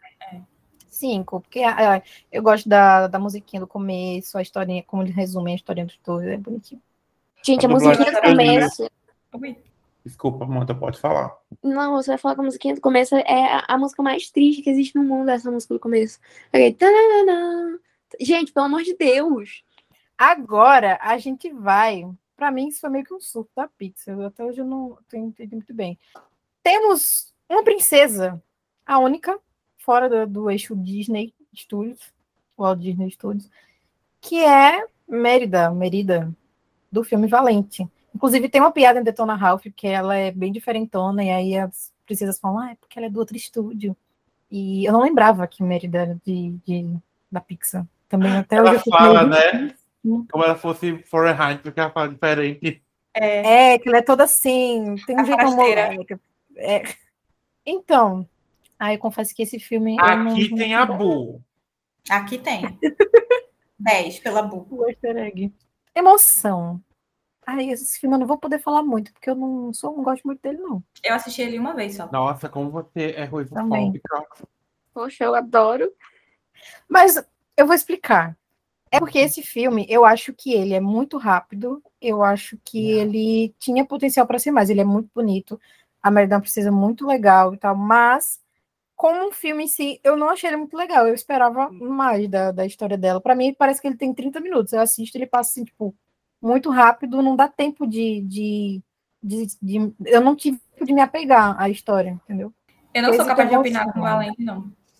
Cinco, porque ah, eu gosto da, da musiquinha do começo, a historinha, como ele resume a historinha dos dois, é bonitinho. Gente, a A dublagem musiquinha do é linda. começo. Ui. Desculpa, Amanda, pode falar. Não, você vai falar que a musiquinha do começo é a, a música mais triste que existe no mundo, essa música do começo. Okay. Tananana. Gente, pelo amor de Deus. Agora a gente vai. Para mim, isso foi meio que um surto da Pixar. Até hoje eu não entendi muito bem. Temos uma princesa, a única, fora do, do eixo Disney Studios, Walt Disney Studios, que é Mérida, Merida, do filme Valente. Inclusive, tem uma piada em Detona Ralph, que ela é bem diferentona, e aí as princesas falam, ah, é porque ela é do outro estúdio. E eu não lembrava que Mérida era de, de, da Pixar. Também até Ela hoje eu fico fala, meio- né? Como ela fosse Fahrenheit, porque ela fala diferente. É, É, que ela é toda assim, tem um A jeito forasteira. moleque. É. Então, aí eu confesso que esse filme eu não, Aqui não tem a Bu. aqui tem. dez pela Bu. o easter egg. Emoção. Ai, esse filme eu não vou poder falar muito, porque eu não sou, não gosto muito dele, não. Eu assisti ele uma vez só. Nossa, como você é Também. ruivofóbica. Poxa, eu adoro. Mas eu vou explicar. É porque esse filme, eu acho que ele é muito rápido, eu acho que ele tinha potencial para ser mais, ele é muito bonito, a Merida precisa muito legal e tal, mas como um filme em si, eu não achei ele muito legal, eu esperava mais da, da história dela. Para mim, parece que ele tem trinta minutos, eu assisto, ele passa assim, tipo, muito rápido, não dá tempo de, de, de, de eu não tive tempo de me apegar à história, entendeu? Eu não sou Esse capaz de tem opinar com o emoção. Valente, não.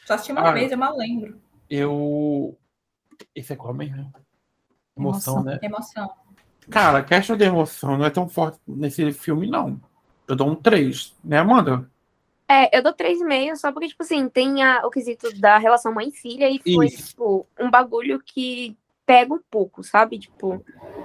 Só assisti uma Ah, vez, eu mal lembro. Eu. Esse é qual mesmo? Emoção, Emoção. né? Emoção. Cara, a questão de emoção não é tão forte nesse filme, não. Eu dou um três, né, Amanda? É, eu dou três e meio só porque, tipo assim, tem a, o quesito da relação mãe e filha e foi, Isso. tipo, um bagulho que pega um pouco, sabe? Tipo,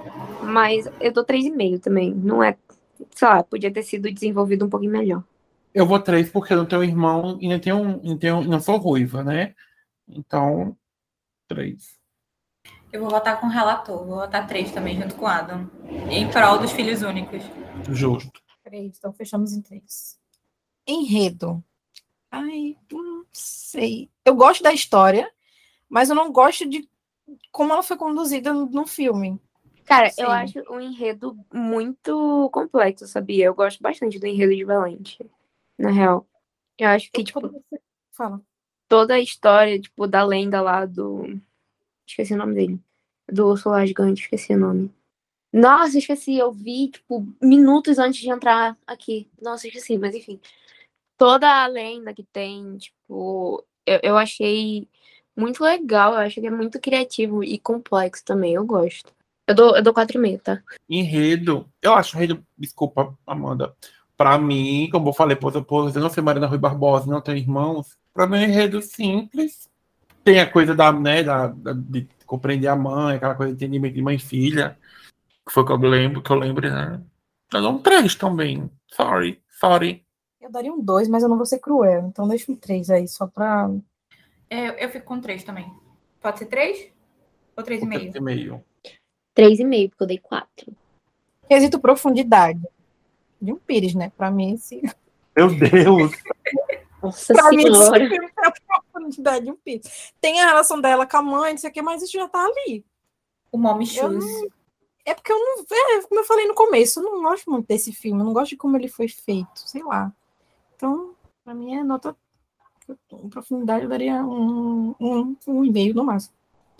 mas eu dou três e meio também. Não é, sei lá, podia ter sido desenvolvido um pouquinho melhor. Eu vou três porque eu não tenho irmão e não tenho, não tenho, não sou ruiva, né? Então, três. Eu vou votar com o relator. Vou votar três também, junto com o Adam. Em prol dos filhos únicos. Justo. Três, então fechamos em três. Enredo. Ai, não sei. Eu gosto da história, mas eu não gosto de como ela foi conduzida no, no filme. Cara, Sei. eu acho o enredo muito complexo, sabia? Eu gosto bastante do enredo de Valente, na real. Eu acho que, Eu tipo, poderia ser- Fala. toda a história, tipo, da lenda lá do... Esqueci o nome dele. Do Urso Gigante, esqueci o nome. Nossa, esqueci, eu vi, tipo, minutos antes de entrar aqui. Nossa, esqueci, mas enfim. Toda a lenda que tem, tipo, eu, eu achei muito legal, eu acho que é muito criativo e complexo também, eu gosto. Eu dou, eu dou quatro e meio, tá? Enredo. Eu acho enredo. Desculpa, Amanda. Pra mim, como eu falei, por por eu não ser Marina Rui Barbosa, não tenho irmãos. Pra mim, é um enredo simples. Tem a coisa da, né, da, da- de compreender a mãe, aquela coisa de entendimento de mãe e filha. Que foi o que eu lembro, que eu lembro, né? Eu dou um três também. Sorry, sorry. Eu daria um dois, mas eu não vou ser cruel. Então deixa um três aí, só pra. É, eu fico com três também. Pode ser três? Ou três e Um três meio? e meio. Três e meio, porque eu dei quatro. Quesito profundidade. De um Pires, né? Pra mim, esse. Meu Deus. Nossa Pra mim, esse senhora. filme é a profundidade de um Pires. Tem a relação dela com a mãe, não sei o que, mas isso já tá ali. O Mommy Eu Shoes. não- É porque eu não. É, como eu falei no começo, eu não gosto muito desse filme. Eu não gosto de como ele foi feito, sei lá. Então, pra mim é nota. Em profundidade, eu daria um, um, um e meio no máximo.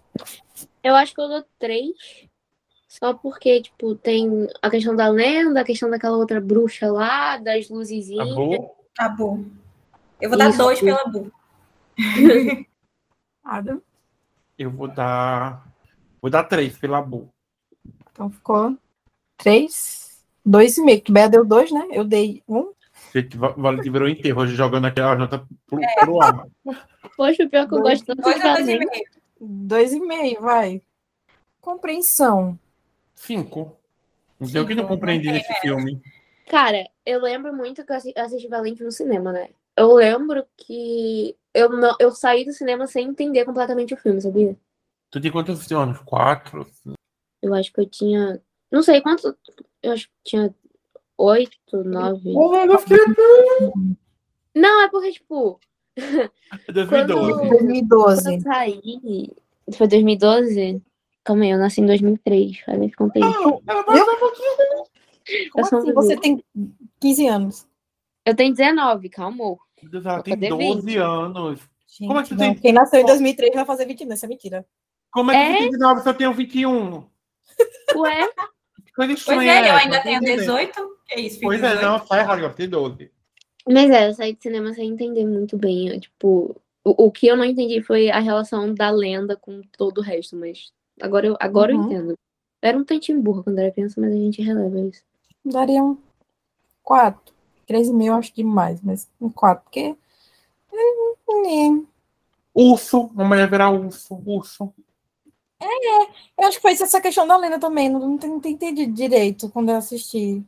Eu acho que eu dou três. Só porque, tipo, tem a questão da lenda, a questão daquela outra bruxa lá, das luzezinhas. Acabou? Tá bom. Eu vou dar Isso. dois pela Bu. Nada. Eu vou dar. Vou dar três pela Bu. Então ficou três, dois e meio. Que Bea deu dois, né? Eu dei um. Gente, Va- Valente virou enterro, hoje jogando aquela nota pro, pro ar. Poxa, o pior que eu Dois. gosto tanto Dois de ou dois e Valente. meio? Dois e meio, vai. Compreensão. Cinco. Não sei o que não Cinco, compreendi não tem, nesse filme. Cara, eu lembro muito que eu assi- assisti Valente no cinema, né? Eu lembro que eu, não, eu saí do cinema sem entender completamente o filme, sabia? Tu tinha quantos anos? Quatro? Eu acho que eu tinha. Não sei quanto. Eu acho que tinha oito, nove. Oh, eu fiquei... Não, é porque, tipo, dois mil e doze. Quando- dois mil e doze. quando eu saí. Foi dois mil e doze? Calma aí, eu nasci em dois mil e três. Aí me contei. Não, ela vai dar um pouquinho. Como Eu sou um assim? Você bebê. tem quinze anos. Eu tenho dezenove, calma. Meu Deus, ela Vou tem fazer doze vinte. anos. Gente, Como é que tu não. tem- Quem nasceu em dois mil e três vai fazer vinte e um. Isso é mentira. Como é que É? você tem dezenove se eu tenho vinte e um? Ué? Que coisa Pois estranha é, eu essa? ainda Não tô tenho entendendo. dezoito. Que é isso, fiz Pois é, dezoito. não, tá errado, eu tenho doze. Mas é, eu saí do cinema sem entender muito bem. eu, Tipo, o, o que eu não entendi foi a relação da lenda com todo o resto, mas agora eu, agora eu Uhum. entendo. Eu era um tantinho burra quando era criança, mas a gente releva isso. Daria um quatro. Três e meio eu acho demais, mas um quatro, porque. hum, Urso, uma mulher virar urso, urso. Eu acho que foi essa questão da lenda também. Não, não não entendi direito quando eu assisti.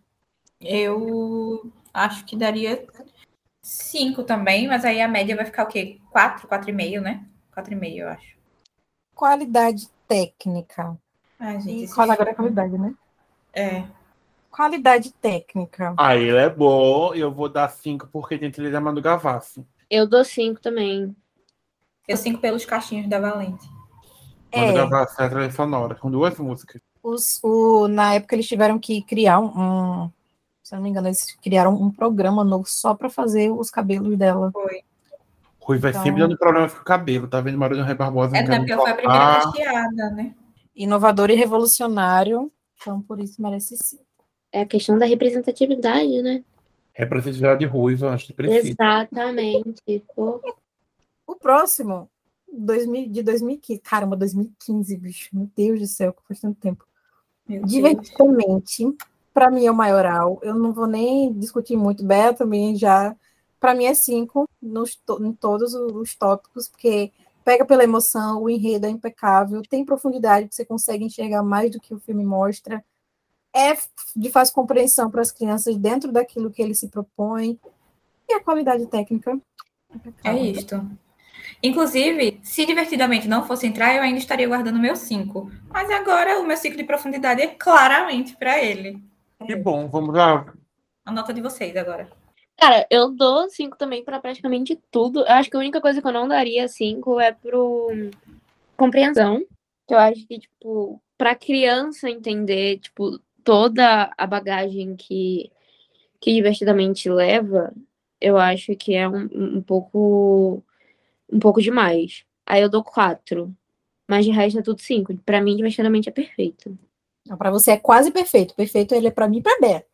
Eu acho que daria cinco também, mas aí a média vai ficar o quê? Quatro, quatro e meio, né? Quatro e meio, eu acho. Qualidade técnica. Ai, gente, E esse qual agora é a filme- qualidade, né? É. Qualidade técnica. Ah, ele é bom, eu vou dar cinco porque tem trilha da Manu Gavassi. Eu dou cinco também. Eu cinco pelos cachinhos da Valente. Manu É, Gavassi é a trilha sonora, com duas músicas. os, o, na época eles tiveram que criar um, um- se eu não me engano, eles criaram um programa novo só para fazer os cabelos dela. Foi. Rui vai Então- sempre dando problemas com o cabelo, tá vendo? Marina Rui Barbosa É, não né? quer Porque me foi a primeira tocar. cacheada, né? Inovador e revolucionário, então por isso merece sim. É a questão da representatividade, né? Representatividade ruiva, acho que precisa. Exatamente. Pô. O próximo, dois mil, de dois mil e quinze. Caramba, dois mil e quinze, bicho. Meu Deus do céu, que faz tanto tempo. Meu Divertidamente, para mim é o maioral. Eu não vou nem discutir muito. Bea também já. Para mim é cinco nos, em todos os tópicos, porque pega pela emoção, o enredo é impecável, tem profundidade que você consegue enxergar mais do que o filme mostra. É de fácil compreensão para as crianças dentro daquilo que ele se propõe. E a qualidade técnica. É isto. Inclusive, se Divertidamente não fosse entrar, eu ainda estaria guardando o meu cinco. Mas agora o meu cinco de profundidade é claramente para ele. Que bom, vamos lá. A nota de vocês agora. Cara, eu dou cinco também pra praticamente tudo. Eu acho que a única coisa que eu não daria cinco é pro compreensão. Que eu acho que, tipo, pra criança entender, tipo, toda a bagagem que, que Divertidamente leva, eu acho que é um, um pouco um pouco demais. Aí eu dou quatro. Mas de resto é tudo cinco. Pra mim, Divertidamente é perfeito. Para você é quase perfeito. Perfeito ele é para mim e para Bea.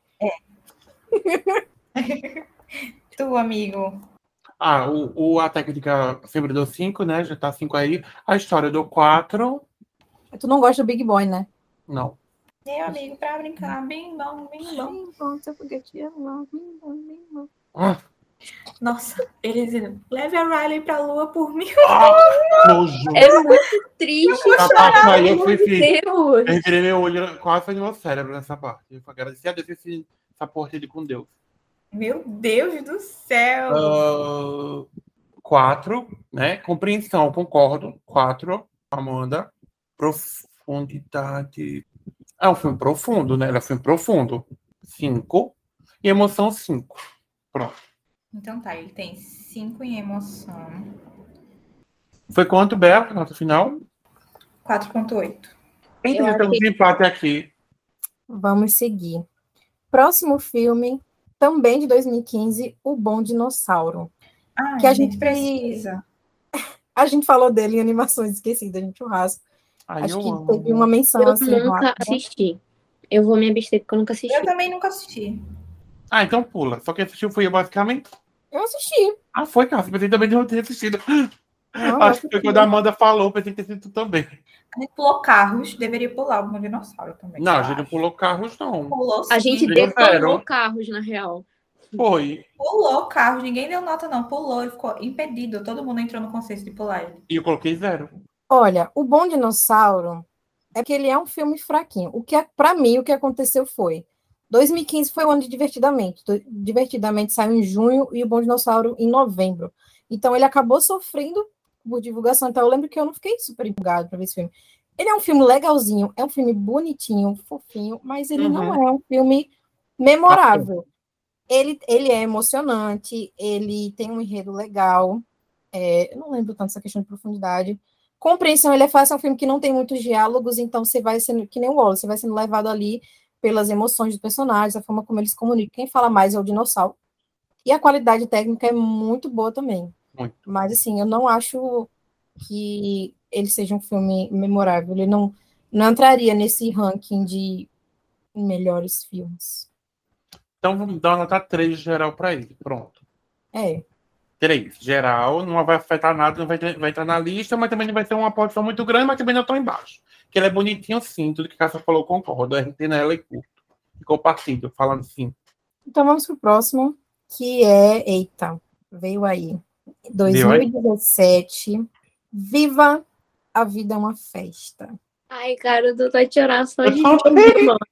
Tu, amigo. Ah, o, o, a técnica sempre deu cinco, né? Já tá cinco aí. A história deu quatro. Tu não gosta do Big Boy, né? Não. Meu amigo, pra brincar, bem bom, bem bom. Bem bom, seu foguetinho, bem bom, bem bom. Ah, Nossa, ele dizendo, leve a Riley pra lua por mim. ah, nojo. É muito triste. Essa parte aí eu fui, Meu filho. Deus. Eu virei meu olho, quase foi no meu cérebro nessa parte. Eu agradeci a Deus esse, essa porra de com Deus. Meu Deus do céu. Uh, quatro, né? Compreensão, concordo. Quatro, Amanda. Profundidade. É um filme profundo, né? É um filme profundo. Cinco. E emoção, cinco. Pronto. Então tá, ele tem cinco em emoção. Foi quanto, Bea, nota final? quatro ponto oito. Então, acho temos que- um empate aqui. Vamos seguir. Próximo filme, também de dois mil e quinze, O Bom Dinossauro. Ah, Que a a gente gente- precisa. A gente falou dele em Animações Esquecidas, gente, churrasco. Ai, Acho eu que amo. teve uma menção Eu assim. nunca rápida. assisti. Eu vou me abster porque eu nunca assisti. Eu também nunca assisti. Ah, então pula. Só que assistiu fui eu, basicamente. Eu assisti. Ah, foi, cara. Pensei também de não ter assistido. Não, Acho que eu foi assisti. quando a Amanda falou, pensei que ter sido tu também. A gente pulou carros, deveria pular o Bom Dinossauro também. Não, eu a gente não acho. pulou carros, não. Pulou sim. A gente Deu detonou zero. carros, na real. Foi. Pulou carros, ninguém deu nota, não. Pulou, ele ficou impedido. Todo mundo entrou no consenso de pular ele. E eu coloquei zero. Olha, O Bom Dinossauro é que ele é um filme fraquinho. O que é, para mim, o que aconteceu foi dois mil e quinze foi o ano de Divertidamente. Divertidamente saiu em junho e O Bom Dinossauro em novembro. Então ele acabou sofrendo por divulgação. Então eu lembro que eu não fiquei super empolgado para ver esse filme. Ele é um filme legalzinho, é um filme bonitinho, fofinho, mas ele Uhum. não é um filme memorável. Ele, ele é emocionante, ele tem um enredo legal. É, eu não lembro tanto dessa questão de profundidade. Compreensão, ele é fácil, é um filme que não tem muitos diálogos, então você vai sendo, que nem o Wallace, você vai sendo levado ali pelas emoções dos personagens, a forma como eles se comunicam. Quem fala mais é o dinossauro. E a qualidade técnica é muito boa também. Muito. Mas, assim, eu não acho que ele seja um filme memorável. Ele não, não entraria nesse ranking de melhores filmes. Então vamos dar uma nota três geral pra ele. Pronto. É. três. Geral, não vai afetar nada, não vai, ter- vai entrar na lista, mas também não vai ter uma posição muito grande, mas também não tão embaixo. Que ele é bonitinho, sim. Tudo que a Cássia falou, concordo. A R T nela é curto. E compartilho, falando sim. Então vamos pro próximo, que é, eita, veio aí, dois mil e dezessete, Viva a Vida é uma Festa. Ai, cara, eu tô até de chorar só de Eu tô ver, mano.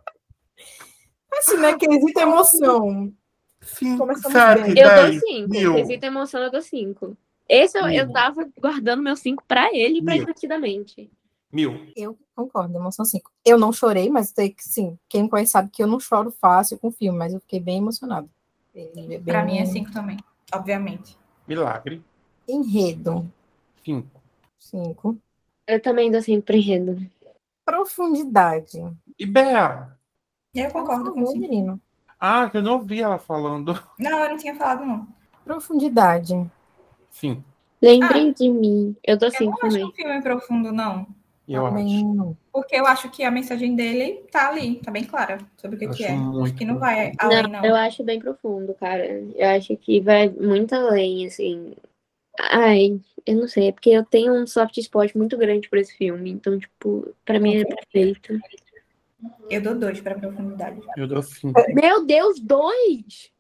Assim, né, quesito emoção. Cinco, Começamos sete, bem. Eu dou dez, cinco. mil. Quesito emoção, eu dou cinco. Esse eu, eu Mil. tava guardando meu cinco pra ele e pra Mil. Divertidamente. Mil. Eu concordo, emoção cinco. Eu não chorei, mas sei que sim, quem me conhece sabe que eu não choro fácil com filme, mas eu fiquei bem emocionado. Ele é bem Pra mim é cinco também, obviamente. Milagre. Enredo, Cinco. cinco. Eu também dou cinco pro enredo. Profundidade. E Bea? Eu concordo com Por favor, cinco. menino. Ah, que eu não ouvi ela falando. Não, eu não tinha falado, não. Profundidade. Sim. Lembrem de mim. Eu dou Eu não cinco acho que também. o filme é profundo, não. Eu Também acho. não. Porque eu acho que a mensagem dele tá ali, tá bem clara sobre o que, Eu que acho é. muito Acho que não vai profundo. além, Não, não. eu acho bem profundo, cara. Eu acho que vai muito além, assim. Ai, eu não sei, é porque eu tenho um soft spot muito grande por esse filme, então, tipo, pra mim é perfeito. Eu dou dois pra profundidade. Eu dou cinco. Meu Deus, dois?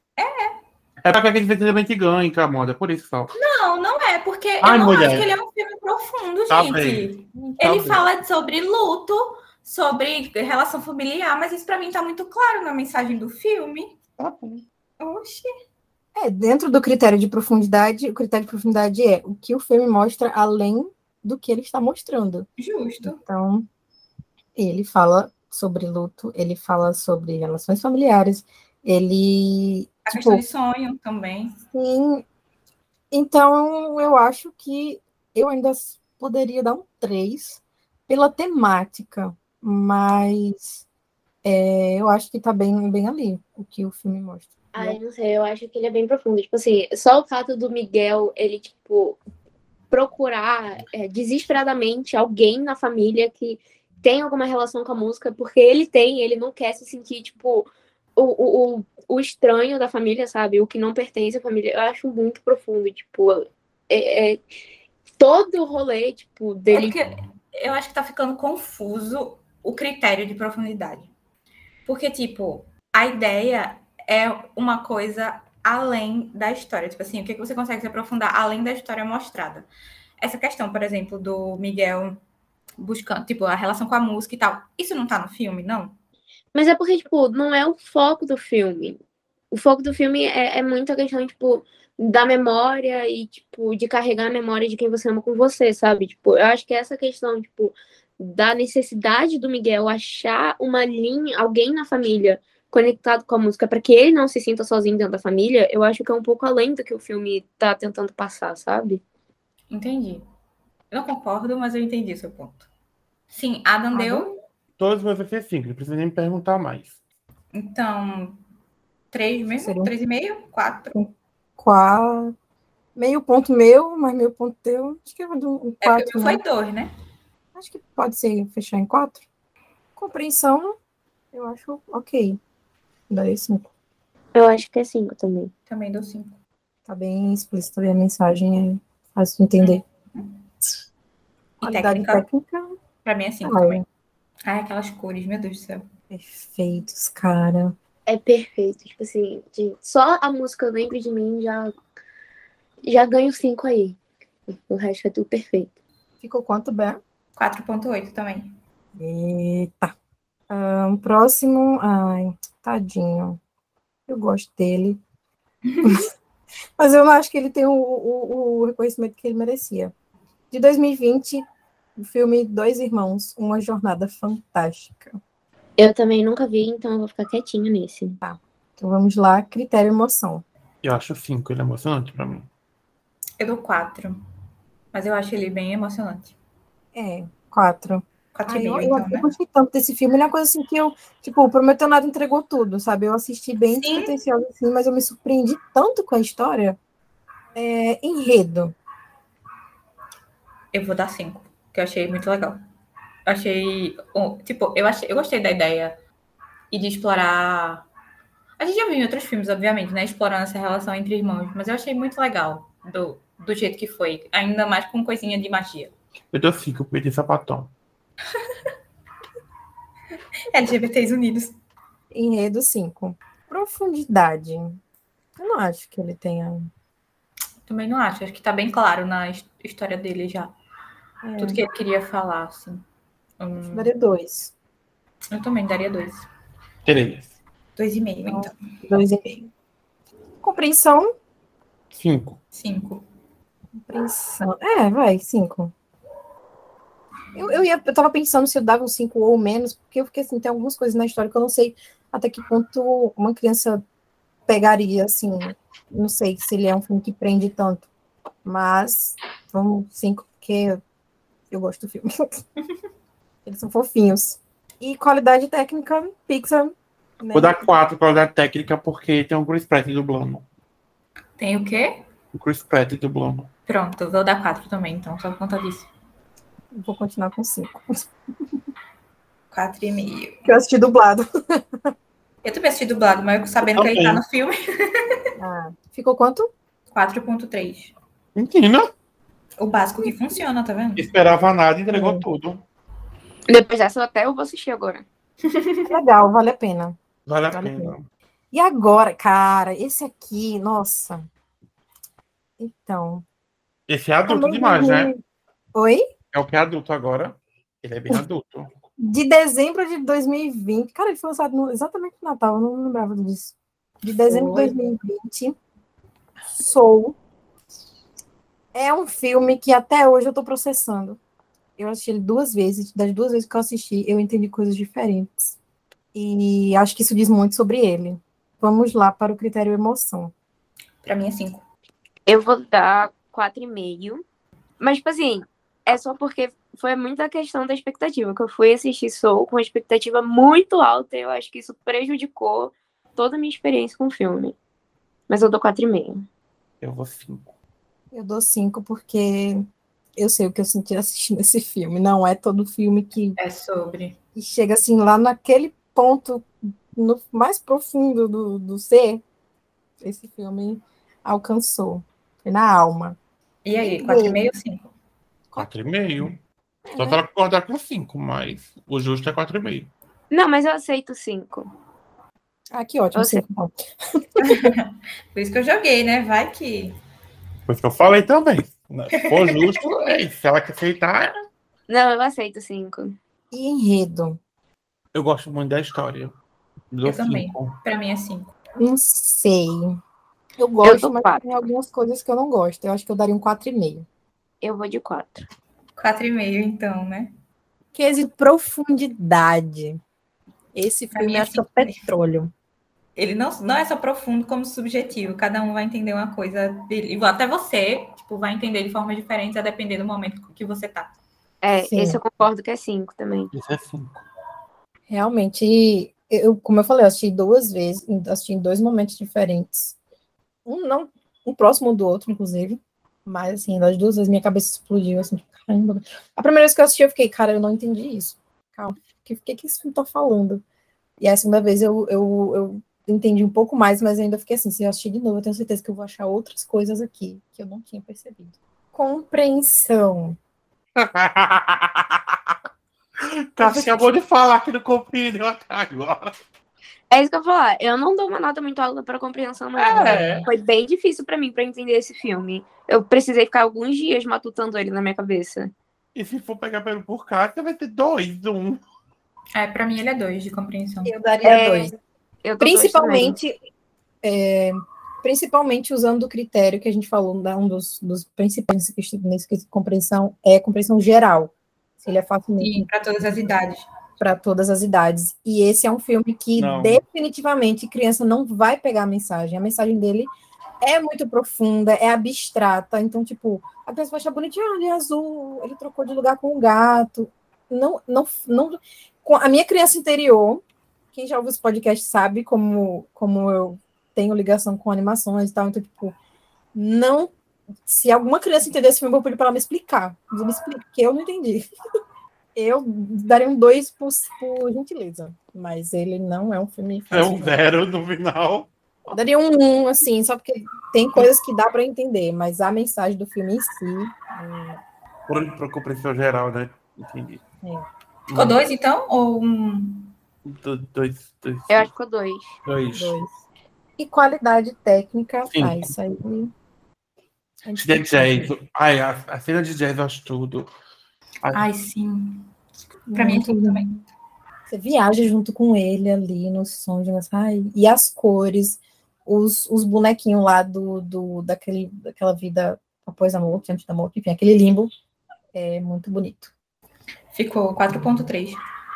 É pra que aquele verdadeiramente ganhe, Camões, é por isso que fala. Não, não é, porque Ai, eu não mulher. acho que ele é um filme profundo, Tá gente. bem. Tá Ele bem. fala sobre luto, sobre relação familiar, mas isso pra mim tá muito claro na mensagem do filme. Tá bom. Oxi. É, dentro do critério de profundidade, o critério de profundidade é o que o filme mostra além do que ele está mostrando. Justo. Então, ele fala sobre luto, ele fala sobre relações familiares, ele... A tipo, questão de sonho também. sim. Então, eu acho que eu ainda poderia dar um três pela temática, mas é, eu acho que tá bem, bem ali o que o filme mostra. Ai, não sei, eu acho que ele é bem profundo. Tipo assim, só o fato do Miguel, ele, tipo, procurar é, desesperadamente alguém na família que tem alguma relação com a música, porque ele tem, ele não quer se sentir, tipo, o, o, o, o estranho da família, sabe? O que não pertence à família. Eu acho muito profundo, tipo, é, é, todo o rolê, tipo, É dele. porque eu acho que tá ficando confuso o critério de profundidade. Porque, tipo, a ideia é uma coisa além da história. Tipo assim, o que você consegue se aprofundar além da história mostrada? Essa questão, por exemplo, do Miguel buscando, tipo, a relação com a música e tal. Isso não tá no filme, não? Mas é porque, tipo, não é o foco do filme. O foco do filme é, é muito a questão, tipo, da memória e, tipo, de carregar a memória de quem você ama com você, sabe? Tipo, eu acho que essa questão, tipo, da necessidade do Miguel achar uma linha, alguém na família conectado com a música para que ele não se sinta sozinho dentro da família, eu acho que é um pouco além do que o filme tá tentando passar, sabe? Entendi. Eu não concordo, mas eu entendi o seu ponto. Sim, Adam, Adam? deu. Todos vão ser cinco, não precisa nem me perguntar mais. Então, três mesmo? Seria um- Três e meio? Quatro? Quatro, meio ponto meu, mas meio ponto teu, acho que é um um É porque quatro, o meu né? foi dois, né? Acho que pode ser fechar em quatro. Compreensão, eu acho ok. Daí cinco. Eu acho que é cinco também. Também dou cinco. Tá bem explícita ali a mensagem, é fácil de entender. E Qualidade técnica? técnica, Pra mim é cinco ah, também. Ai, aquelas cores, meu Deus do céu. perfeitos, cara. É perfeito, tipo assim, de- só a música Lembre de Mim já, já ganho cinco aí. O resto é tudo perfeito. Ficou quanto, Bé? quatro ponto oito também. Eita. Um, próximo. Ai, tadinho. Eu gosto dele. Mas eu não acho que ele tem o, o, o reconhecimento que ele merecia. De dois mil e vinte, o filme Dois Irmãos, Uma Jornada Fantástica. Eu também nunca vi, então eu vou ficar quietinho nesse. Então vamos lá, critério emoção. Eu acho cinco, ele é emocionante pra mim. Eu dou quatro. Mas eu acho ele bem emocionante. É, quatro. Quatro Ai, e eu, meio, eu, então, eu né? gostei tanto desse filme, ele é uma coisa assim que eu, tipo, Prometeu Nada entregou tudo, sabe? Eu assisti bem Sim. despretensioso assim, mas eu me surpreendi tanto com a história. É, enredo. Eu vou dar cinco, que eu achei muito legal. Eu achei. oh, tipo, eu achei. Eu gostei da ideia e de explorar. A gente já viu em outros filmes, obviamente, né? Explorando essa relação entre irmãos, mas eu achei muito legal do, do jeito que foi. Ainda mais com coisinha de magia. Eu dou cinco, porque tem sapatão. L G B Ts unidos. Enredo cinco. Profundidade. Eu não acho que ele tenha. Também não acho. Acho que tá bem claro na his- história dele já. É, Tudo que ele queria falar, assim. Hum, daria dois. eu também daria dois. Três. Dois e meio, Não. então. Dois e meio. Compreensão. Cinco. Cinco. Compreensão. É, vai, cinco. Eu, eu, ia, eu tava pensando se eu dava um cinco ou menos, porque eu fiquei assim, tem algumas coisas na história que eu não sei até que ponto uma criança pegaria, assim. Não sei se ele é um filme que prende tanto. Mas vamos cinco, porque eu gosto do filme. Eles são fofinhos. E qualidade técnica, Pixar. Né? Vou dar quatro pra qualidade técnica, porque tem o Chris Pratt dublando. Tem o quê? O Chris Pratt dublando. Pronto, vou dar quatro também, então, só por conta disso. Vou continuar com cinco. Quatro e meio. Que eu assisti dublado. Eu também assisti dublado, mas eu sabendo que ele tá no filme. Ah, ficou quanto? quatro ponto três. Menina, O básico que funciona, tá vendo? esperava nada e entregou É. tudo. Depois dessa, até eu vou assistir agora. Legal, vale a pena. Vale a Vale a pena. E agora, cara, esse aqui, nossa. Então. Esse é adulto também demais, né? dois mil Oi? É o que é adulto agora. Ele é bem adulto. De dezembro de dois mil e vinte. Cara, ele foi lançado no- exatamente no Natal, eu não lembrava disso. De dezembro de Foi. dois mil e vinte. Soul. É um filme que até hoje eu tô processando. Eu assisti ele duas vezes. Das duas vezes que eu assisti, eu entendi coisas diferentes. E acho que isso diz muito sobre ele. Vamos lá para o critério emoção. Pra mim é cinco. Eu vou dar quatro e meio. Mas, tipo assim, é só porque foi muita questão da expectativa. Que eu fui assistir Soul com uma expectativa muito alta. E eu acho que isso prejudicou toda a minha experiência com o filme. Mas eu dou quatro e meio. Eu vou cinco. Eu dou cinco porque eu sei o que eu senti assistindo esse filme. Não é todo filme que, É sobre. que chega assim lá naquele ponto no mais profundo do, do ser. Esse filme alcançou. Foi na alma. E aí, quatro e meio ou cinco? Quatro e meio. Só para concordar com cinco, mas o justo é quatro e meio. Não, mas eu aceito cinco. Ah, que ótimo. Você- cinco, então. Por isso que eu joguei, né? Vai que. Foi isso que eu falei também. Se for justo, é isso. Se ela quer aceitar, Não, eu aceito cinco. E enredo? eu gosto muito da história. Do Eu também. cinco. Pra mim é cinco. Não sei. Eu gosto, dou mas quatro. tem algumas coisas que eu não gosto. Eu acho que eu daria um quatro e meio. Eu vou de quatro. Quatro e meio, então, né? Quesito profundidade. Esse Pra filme mim é acho que é cinco. petróleo. Ele não, não é só profundo como subjetivo. Cada um vai entender uma coisa dele. E até você, tipo, vai entender de forma diferente a depender do momento que você tá. É, Sim. esse eu concordo que é cinco também. Isso é cinco. Realmente, eu, como eu falei, eu assisti duas vezes, assisti em dois momentos diferentes. Um não, um próximo do outro, inclusive. Mas, assim, das duas vezes minha cabeça explodiu, assim, caramba. A primeira vez que eu assisti, eu fiquei, cara, eu não entendi isso. Calma, o que, que, que esse filme tá falando? E a segunda vez eu, eu, eu entendi um pouco mais, mas ainda fiquei assim, se eu assistir de novo, eu tenho certeza que eu vou achar outras coisas aqui que eu não tinha percebido. Compreensão. Você acabou de falar que não compreendeu até agora. É isso que eu vou falar. Eu não dou uma nota muito alta para compreensão, não. É. Foi bem difícil para mim para entender esse filme. Eu precisei ficar alguns dias matutando ele na minha cabeça. E se for pegar pelo por cá, você vai ter dois, um. É, pra mim ele é dois de compreensão. Eu daria É, dois. Eu dou dois também. Principalmente, é, principalmente usando o critério que a gente falou, né, um dos, dos principais nesse quesito- nesse quesito de compreensão é compreensão geral. Se ele é facilmente Sim, pra todas as idades. para todas as idades. E esse é um filme que Não. definitivamente criança não vai pegar a mensagem. A mensagem dele é muito profunda, é abstrata. Então, tipo, a criança vai achar bonitinho, ah, ele é azul, ele trocou de lugar com o gato. Não, não, não. Com a minha criança interior, quem já ouve os podcasts sabe como, como eu tenho ligação com animações e tal. Então, tipo, não. Se alguma criança entender esse filme, eu vou pedir para ela me explicar. Mas me explique, porque eu não entendi. Eu daria um dois por, por gentileza, mas ele não é um filme É fácil. um zero no final. Eu daria um um, assim, só porque tem coisas que dá para entender, mas a mensagem do filme em si. hum, Por, por compreensão geral, né? Entendi. Ficou dois, então? Ou um. Do- Dois, dois, Eu acho que ficou dois. dois. dois. E qualidade técnica, Sim. ah, isso aí. é Cena de difícil. jazz. Ai, a, a cena de jazz eu acho tudo. Ai, sim. Pra mim é Muito tudo lindo. também. Você viaja junto com ele ali no som de ai, e as cores, os, os bonequinhos lá do, do, daquele, daquela vida após a morte, antes da morte, enfim, aquele limbo é muito bonito. Ficou quatro ponto três.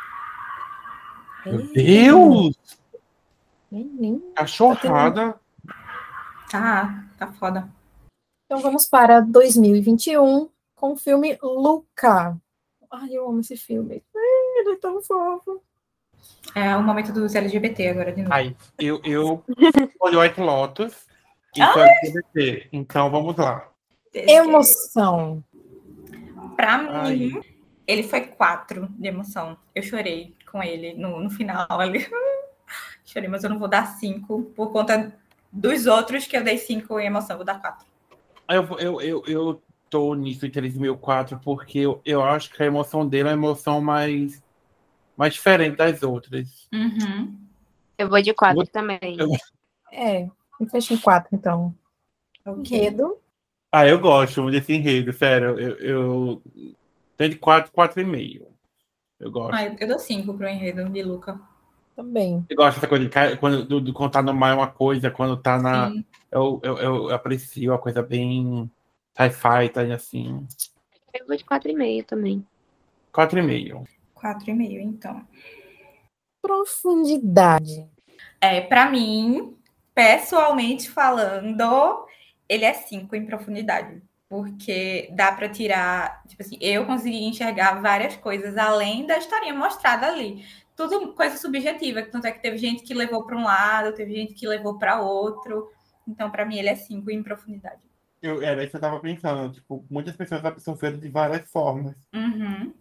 Meu Deus! Nem, nem. Cachorrada. Tá, tá foda. Então vamos para dois mil e vinte e um com o filme Luca. Ai, eu amo esse filme. Ai, ele é tão fofo. É o momento dos L G B T agora de novo. Ai, eu, eu olho White Lotus e foi L G B T. Então vamos lá. Emoção. Pra Ai. mim, ele foi quatro de emoção. Eu chorei com ele no, no final ali. Chorei, mas eu não vou dar cinco por conta dos outros que eu dei cinco em emoção. Eu vou dar quatro. Eu, eu, eu, eu tô nisso em três mil e quatro porque eu, eu acho que a emoção dele é uma emoção mais, mais diferente das outras. Uhum. Eu vou de quatro Vou- também. eu- É, me fecha em quatro, então. Ok. Enredo. Ah, eu gosto desse enredo, sério. Eu, eu tenho de quatro, quatro e meio. Eu gosto. Ah, eu, eu dou cinco pro enredo de Luca. Também. Eu gosto dessa coisa de ca- quando do, do contar no mar é uma coisa, quando tá na. Sim. Eu, eu, eu aprecio a coisa bem sci-fi, tá assim. Eu vou de quatro e meio também. Quatro e meio. Quatro e meio, então. Profundidade. É, para mim, pessoalmente falando, ele é cinco em profundidade. Porque dá para tirar, tipo assim, eu consegui enxergar várias coisas além da historinha mostrada ali. Tudo coisa subjetiva, tanto é que teve gente que levou para um lado, teve gente que levou para outro. Então, para mim, ele é cinco em profundidade. Eu, era isso que eu tava pensando. Tipo, muitas pessoas absorveram de várias formas. Uhum.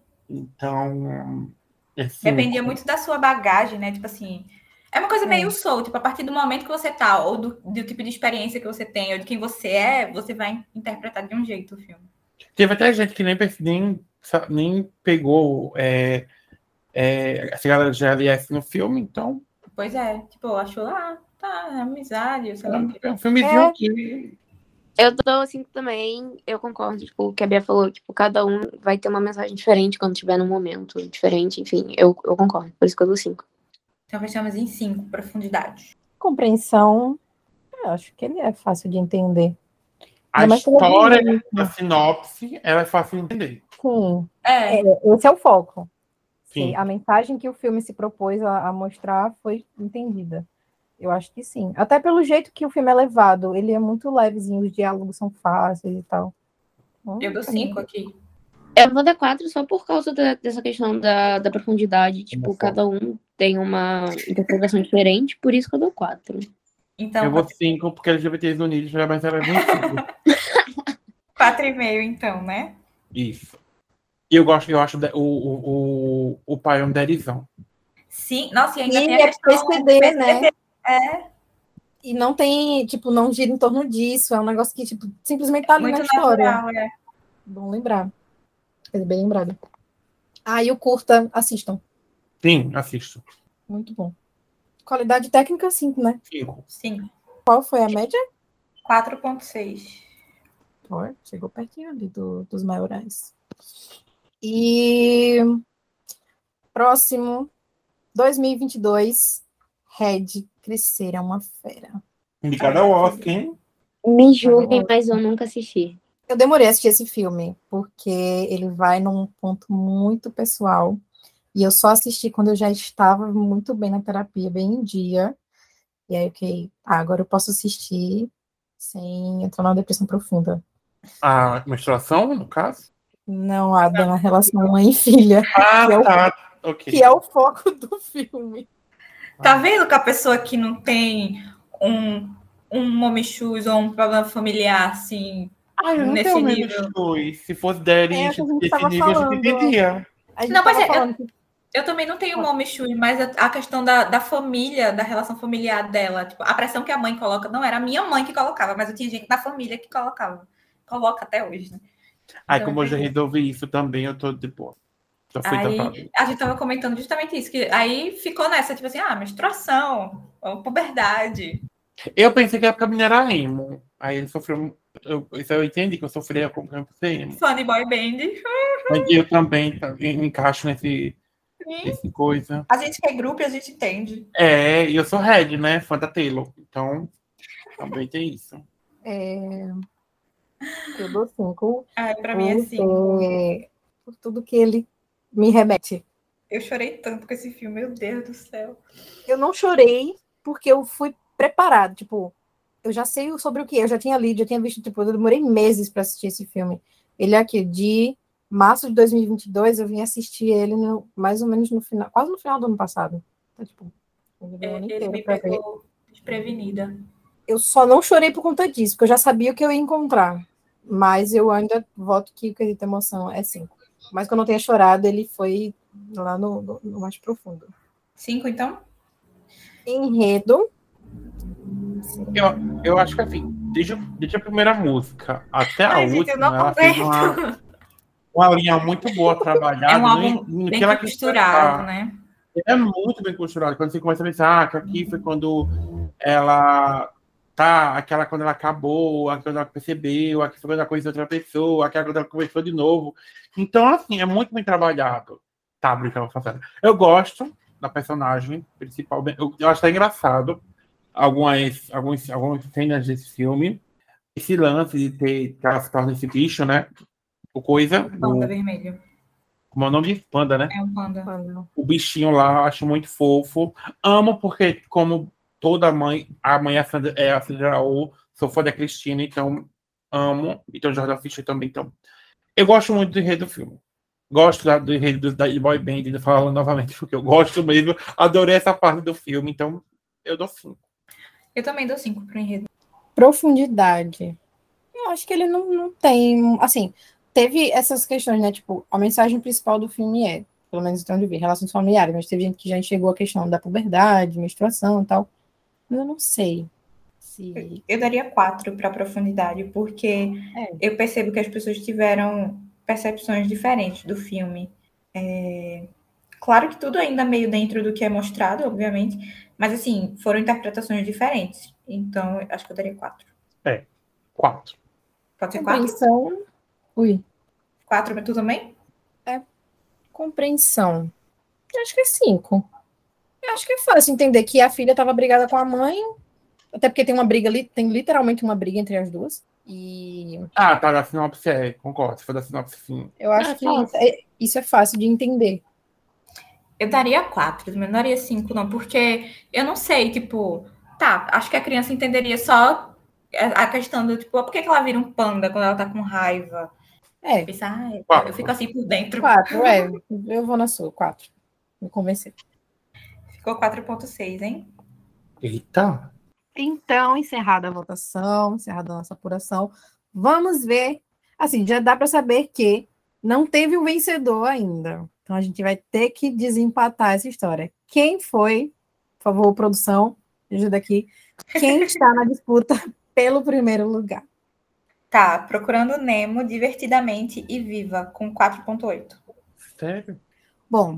Então. É cinco. Dependia muito da sua bagagem, né? Tipo assim, é uma coisa É. meio soul, tipo, a partir do momento que você tá, ou do, do tipo de experiência que você tem, ou de quem você é, você vai interpretar de um jeito o filme. Teve até gente que nem, nem, nem pegou é, é, essa galera de G L S no filme, então. Pois é, tipo, achou, ah, tá, é amizade, sei lá o quê. É um filmezinho É. que. Eu dou cinco também, eu concordo, tipo, o que a Bia falou, tipo, cada um vai ter uma mensagem diferente quando estiver num momento diferente, enfim, eu, eu concordo, por isso que eu dou cinco. Então fechamos em cinco, profundidade. Compreensão. Eu acho que ele é fácil de entender. A Ainda mais pela história, dinâmica. a sinopse, ela é fácil de entender. Sim, É, é, esse é o foco. Sim. Sim, a mensagem que o filme se propôs a, a mostrar foi entendida. Eu acho que sim. Até pelo jeito que o filme é levado. Ele é muito levezinho, os diálogos são fáceis e tal. Então, eu dou cinco aqui. Eu vou dar quatro só por causa da- dessa questão da, da profundidade, tipo, Emoção. cada um tem uma interpretação diferente, por isso que eu dou quatro. Então, Eu vou cinco porque L G B Ts Unidos já mais era vencido. quatro e meio, então, né? Isso. E eu gosto, eu acho o, o, o, o pai é um derizão. Sim, nossa, e ainda E tem é a questão P C D, do né? É, E não tem, tipo, não gira em torno disso. É um negócio que, tipo, simplesmente tá ali muito na história. natural, é. Bom lembrar. Coisa bem lembrado. Ah, e o curta, assistam. Sim, assisto. Muito bom. Qualidade técnica, cinco, né? Cinco. Sim, Qual foi a média? quatro ponto seis. Ó, chegou pertinho ali do, dos maiorais. E próximo, dois mil e vinte e dois, Red, Crescer é uma Fera. Indicado ao Oscar, hein? Me julguem, mas eu nunca assisti. Eu demorei a assistir esse filme, porque ele vai num ponto muito pessoal, e eu só assisti quando eu já estava muito bem na terapia, bem em dia, e aí eu fiquei, ah, agora eu posso assistir sem entrar numa depressão profunda. A menstruação, no caso? Não há na relação mãe e filha, Ah, que é o, tá. Ok. que é o foco do filme. Tá vendo que a pessoa que não tem um, um mommy shoes ou um problema familiar, assim, Ah, eu não nesse tenho nível? menos dois. Se fosse Daddy É o que a gente desse tava nível, a gente falando. entendia. A gente Não, mas tava é- falando que Eu também não tenho mommy shoes, mas a, a questão da, da família, da relação familiar dela, tipo, a pressão que a mãe coloca, não era a minha mãe que colocava, mas eu tinha gente da família que colocava. Coloca até hoje, né? Aí, Então, como eu já entendi. resolvi isso também, eu tô de boa. Já fui tratado. Aí a gente tava comentando justamente isso, que aí ficou nessa, tipo assim, ah, menstruação, ou puberdade. Eu pensei que a época minha era emo. Aí ele sofreu. Eu, isso eu entendi que eu sofria com por ser emo. Funny boy band. Mas eu também tá, me encaixo nesse, Sim. nesse coisa. A gente que é grupo e a gente entende. É, e eu sou Red, né? Fã da Taylor. Então, também tem isso. é, eu dou cinco. Ai, pra mim é por assim. ter- por tudo que ele me remete. Eu chorei tanto com esse filme, meu Deus do céu. Eu não chorei porque eu fui preparado, tipo, eu já sei sobre o que, eu já tinha lido, já tinha visto, tipo, eu demorei meses para assistir esse filme. Ele é aqui, de março de dois mil e vinte e dois, eu vim assistir ele no, mais ou menos no final, quase no final do ano passado. Então, tipo, eu levei o É, ano ele inteiro me pra ver. pegou desprevenida. Eu só não chorei por conta disso, porque eu já sabia o que eu ia encontrar. Mas eu ainda voto que o quesito emoção é cinco. Mas que eu não tenha chorado, ele foi lá no, no, no mais profundo. Cinco, então? Enredo. Eu, eu acho que assim, desde, desde a primeira música até a Ai, gente, eu última, não ela fez aguento. uma, uma linha muito boa trabalhada. É um álbum no, no bem que ela quis costurado, passar. né? É muito bem costurado. Quando você começa a pensar, ah, que aqui foi quando ela tá, aquela quando ela acabou, aquela quando ela percebeu, aqui foi quando ela conheceu outra pessoa, aquela quando ela começou de novo. Então, assim, é muito bem trabalhado. Tá, brincando, fazendo. Eu gosto da personagem principal. Eu, eu acho até engraçado algumas, algumas, algumas cenas desse filme. Esse lance de ter que ela se torna esse bicho, né? O coisa. Panda O, vermelho. como é o nome de panda, né? É um panda. O bichinho lá, acho muito fofo. Amo porque, como toda mãe, a mãe é a Sandra, é a Sandra Oh, sou fã da Cristina, então amo. Então, Jordan Fischer também. Então, eu gosto muito do enredo do filme. Gosto da, do enredo do- da boy band, falando novamente, porque eu gosto mesmo. Adorei essa parte do filme, então eu dou cinco. Eu também dou cinco pro enredo. Profundidade. Eu acho que ele não, não tem. Assim, teve essas questões, né? Tipo, a mensagem principal do filme é, pelo menos então de ver, relações familiares, mas teve gente que já enxergou a questão da puberdade, menstruação e tal. Mas eu não sei se. Eu daria quatro para profundidade, porque É. eu percebo que as pessoas tiveram percepções diferentes do filme. É, Claro que tudo ainda meio dentro do que é mostrado, obviamente, mas assim, foram interpretações diferentes. Então, eu acho que eu daria quatro. É, quatro. Pode ser quatro? Compreensão. Ui. Quatro para tu também? Compreensão. Eu acho que é cinco. Eu acho que é fácil entender que a filha estava brigada com a mãe, até porque tem uma briga ali, tem literalmente uma briga entre as duas. E Ah, tá, da sinopse, é, concordo. Se for da sinopse, sim. eu acho É, que fácil. é- isso é fácil de entender. Eu daria quatro, mas não daria cinco, não, porque eu não sei, tipo, tá, acho que a criança entenderia só a questão do, tipo, por que que ela vira um panda quando ela tá com raiva? É, Pensar, ah, eu- Quatro. eu fico assim por dentro. quatro, é. Eu vou na sua, quatro. Me convencer. Ficou quatro ponto seis, hein? Eita. Então, encerrada a votação, encerrada a nossa apuração, vamos ver. Assim, já dá para saber que não teve um vencedor ainda. Então, a gente vai ter que desempatar essa história. Quem foi, por favor, produção, me ajuda aqui, quem está na disputa pelo primeiro lugar? Tá, Procurando Nemo, Divertidamente e Viva, com quatro ponto oito. Sério? Bom,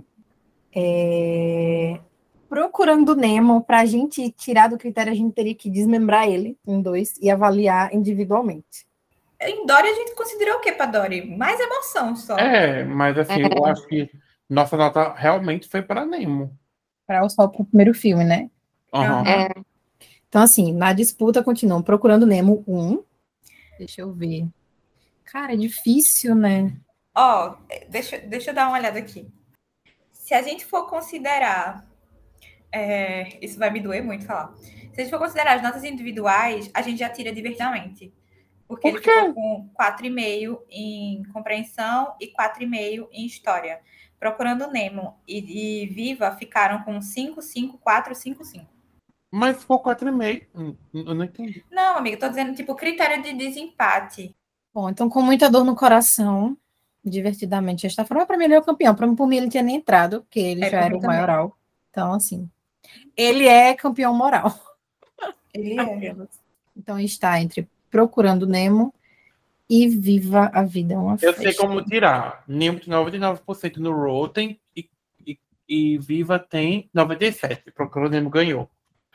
é, Procurando Nemo, para a gente tirar do critério, a gente teria que desmembrar ele em dois e avaliar individualmente. Em Dory, a gente considerou o que pra Dory? Mais emoção só. É, mas assim, eu acho que nossa nota realmente foi para Nemo. Para só o primeiro filme, né? Aham. Aham. Então, assim, na disputa continuam Procurando Nemo um. Deixa eu ver. Cara, é difícil, né? Ó, deixa, deixa eu dar uma olhada aqui. Se a gente for considerar. é, isso vai me doer muito falar. Se a gente for considerar as notas individuais, a gente já tira divertidamente. Porque Por ele quê? ficou com quatro vírgula cinco em compreensão e quatro vírgula cinco em história. Procurando Nemo e, e Viva ficaram com cinco, cinco, quatro, cinco, cinco. Mas ficou quatro e meio. Hum, Eu não entendi. Não, amiga, tô dizendo, tipo, critério de desempate. Bom, então, com muita dor no coração, divertidamente, esta forma, para mim, ele é o campeão. Para mim, por mim, ele tinha nem entrado, porque ele É, já pra era mim o também. maioral. Então, assim, ele é campeão moral. Ele é. Apenas. Então, está entre Procurando Nemo e Viva a Vida é uma Eu Festa. sei como tirar. Nemo tem noventa e nove por cento no Rotten e, e, e Viva tem noventa e sete por cento. Procurando Nemo ganhou.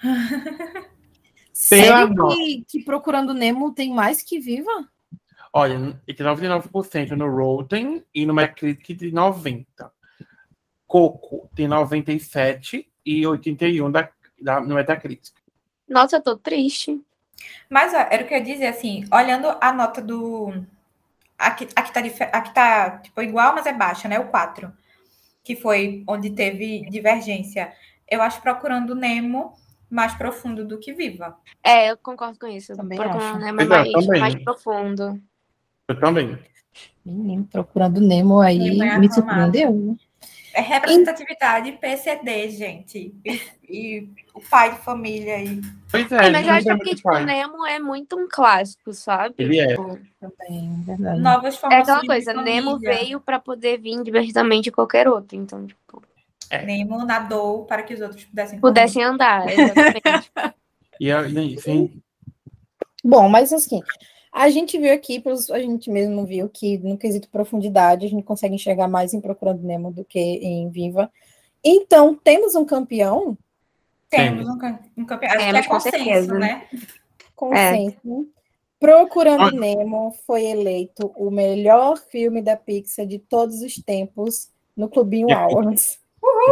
Sério Pela que, que Procurando Nemo tem mais que Viva? Olha, ele tem noventa e nove por cento no Rotten e no Metacritic tem noventa por cento. Coco tem noventa e sete por cento e oitenta e um por cento da, da, no Metacritic. Nossa, eu tô triste. Mas ó, era o que eu ia dizer, assim, olhando a nota do. Aqui, aqui tá, dif- aqui tá tipo, igual, mas é baixa, né? O quatro. Que foi onde teve divergência. Eu acho Procurando Nemo mais profundo do que Viva. É, eu concordo com isso. Também Procurando acho. Nemo é Pois é, mais, também. mais profundo. Eu também. Menino, Procurando Nemo aí Nemo é me aclamado. surpreendeu. né? É representatividade P C D, gente. E, e o pai de família aí. Pois é, É, ele mas eu não acho tem que, muito tipo, pai. Nemo é muito um clássico, sabe? Ele é. Tipo, Também, verdade. Novas é formações aquela de coisa, família. Nemo veio pra poder vir divertidamente qualquer outro. Então, tipo, Nemo nadou para que os outros pudessem correr. pudessem andar, exatamente. E, a- e, assim, Bom, mas assim, a gente viu aqui, a gente mesmo viu que no quesito profundidade a gente consegue enxergar mais em Procurando Nemo do que em Viva. Então, temos um campeão? Temos um, um campeão. Acho Temos, que é consenso, com certeza. né? Consenso. É. Procurando Nemo foi eleito o melhor filme da Pixar de todos os tempos no Clubinho Awards.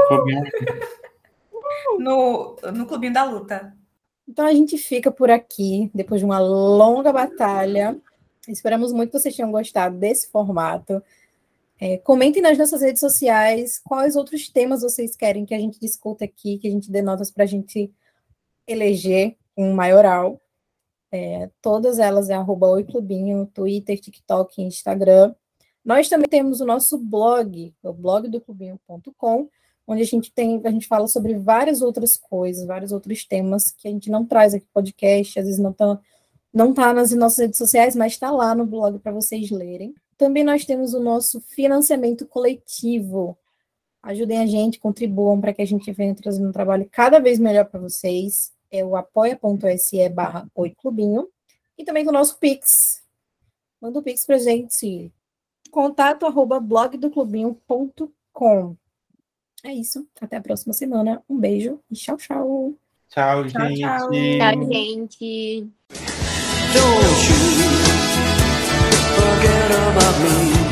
No, no Clubinho da Luta. Então a gente fica por aqui, depois de uma longa batalha. Esperamos muito que vocês tenham gostado desse formato. É, comentem nas nossas redes sociais quais outros temas vocês querem que a gente discuta aqui, que a gente dê notas para a gente eleger um maioral. É, todas elas é arroba Oi Clubinho, Twitter, TikTok, Instagram. Nós também temos o nosso blog, o blog do clubinho ponto com, onde a gente tem, a gente fala sobre várias outras coisas, vários outros temas que a gente não traz aqui no podcast, às vezes não está não tá nas nossas redes sociais, mas está lá no blog para vocês lerem. Também nós temos o nosso financiamento coletivo. Ajudem a gente, contribuam para que a gente venha trazendo um trabalho cada vez melhor para vocês. É o apoia.se barra Oi Clubinho. E também com o nosso Pix. Manda o Pix para a gente. Contato arroba blog do clubinho ponto com. É isso. Até a próxima semana. Um beijo e tchau, tchau. Tchau, Tchau, gente. tchau. Tchau, gente. Don't you forget about me.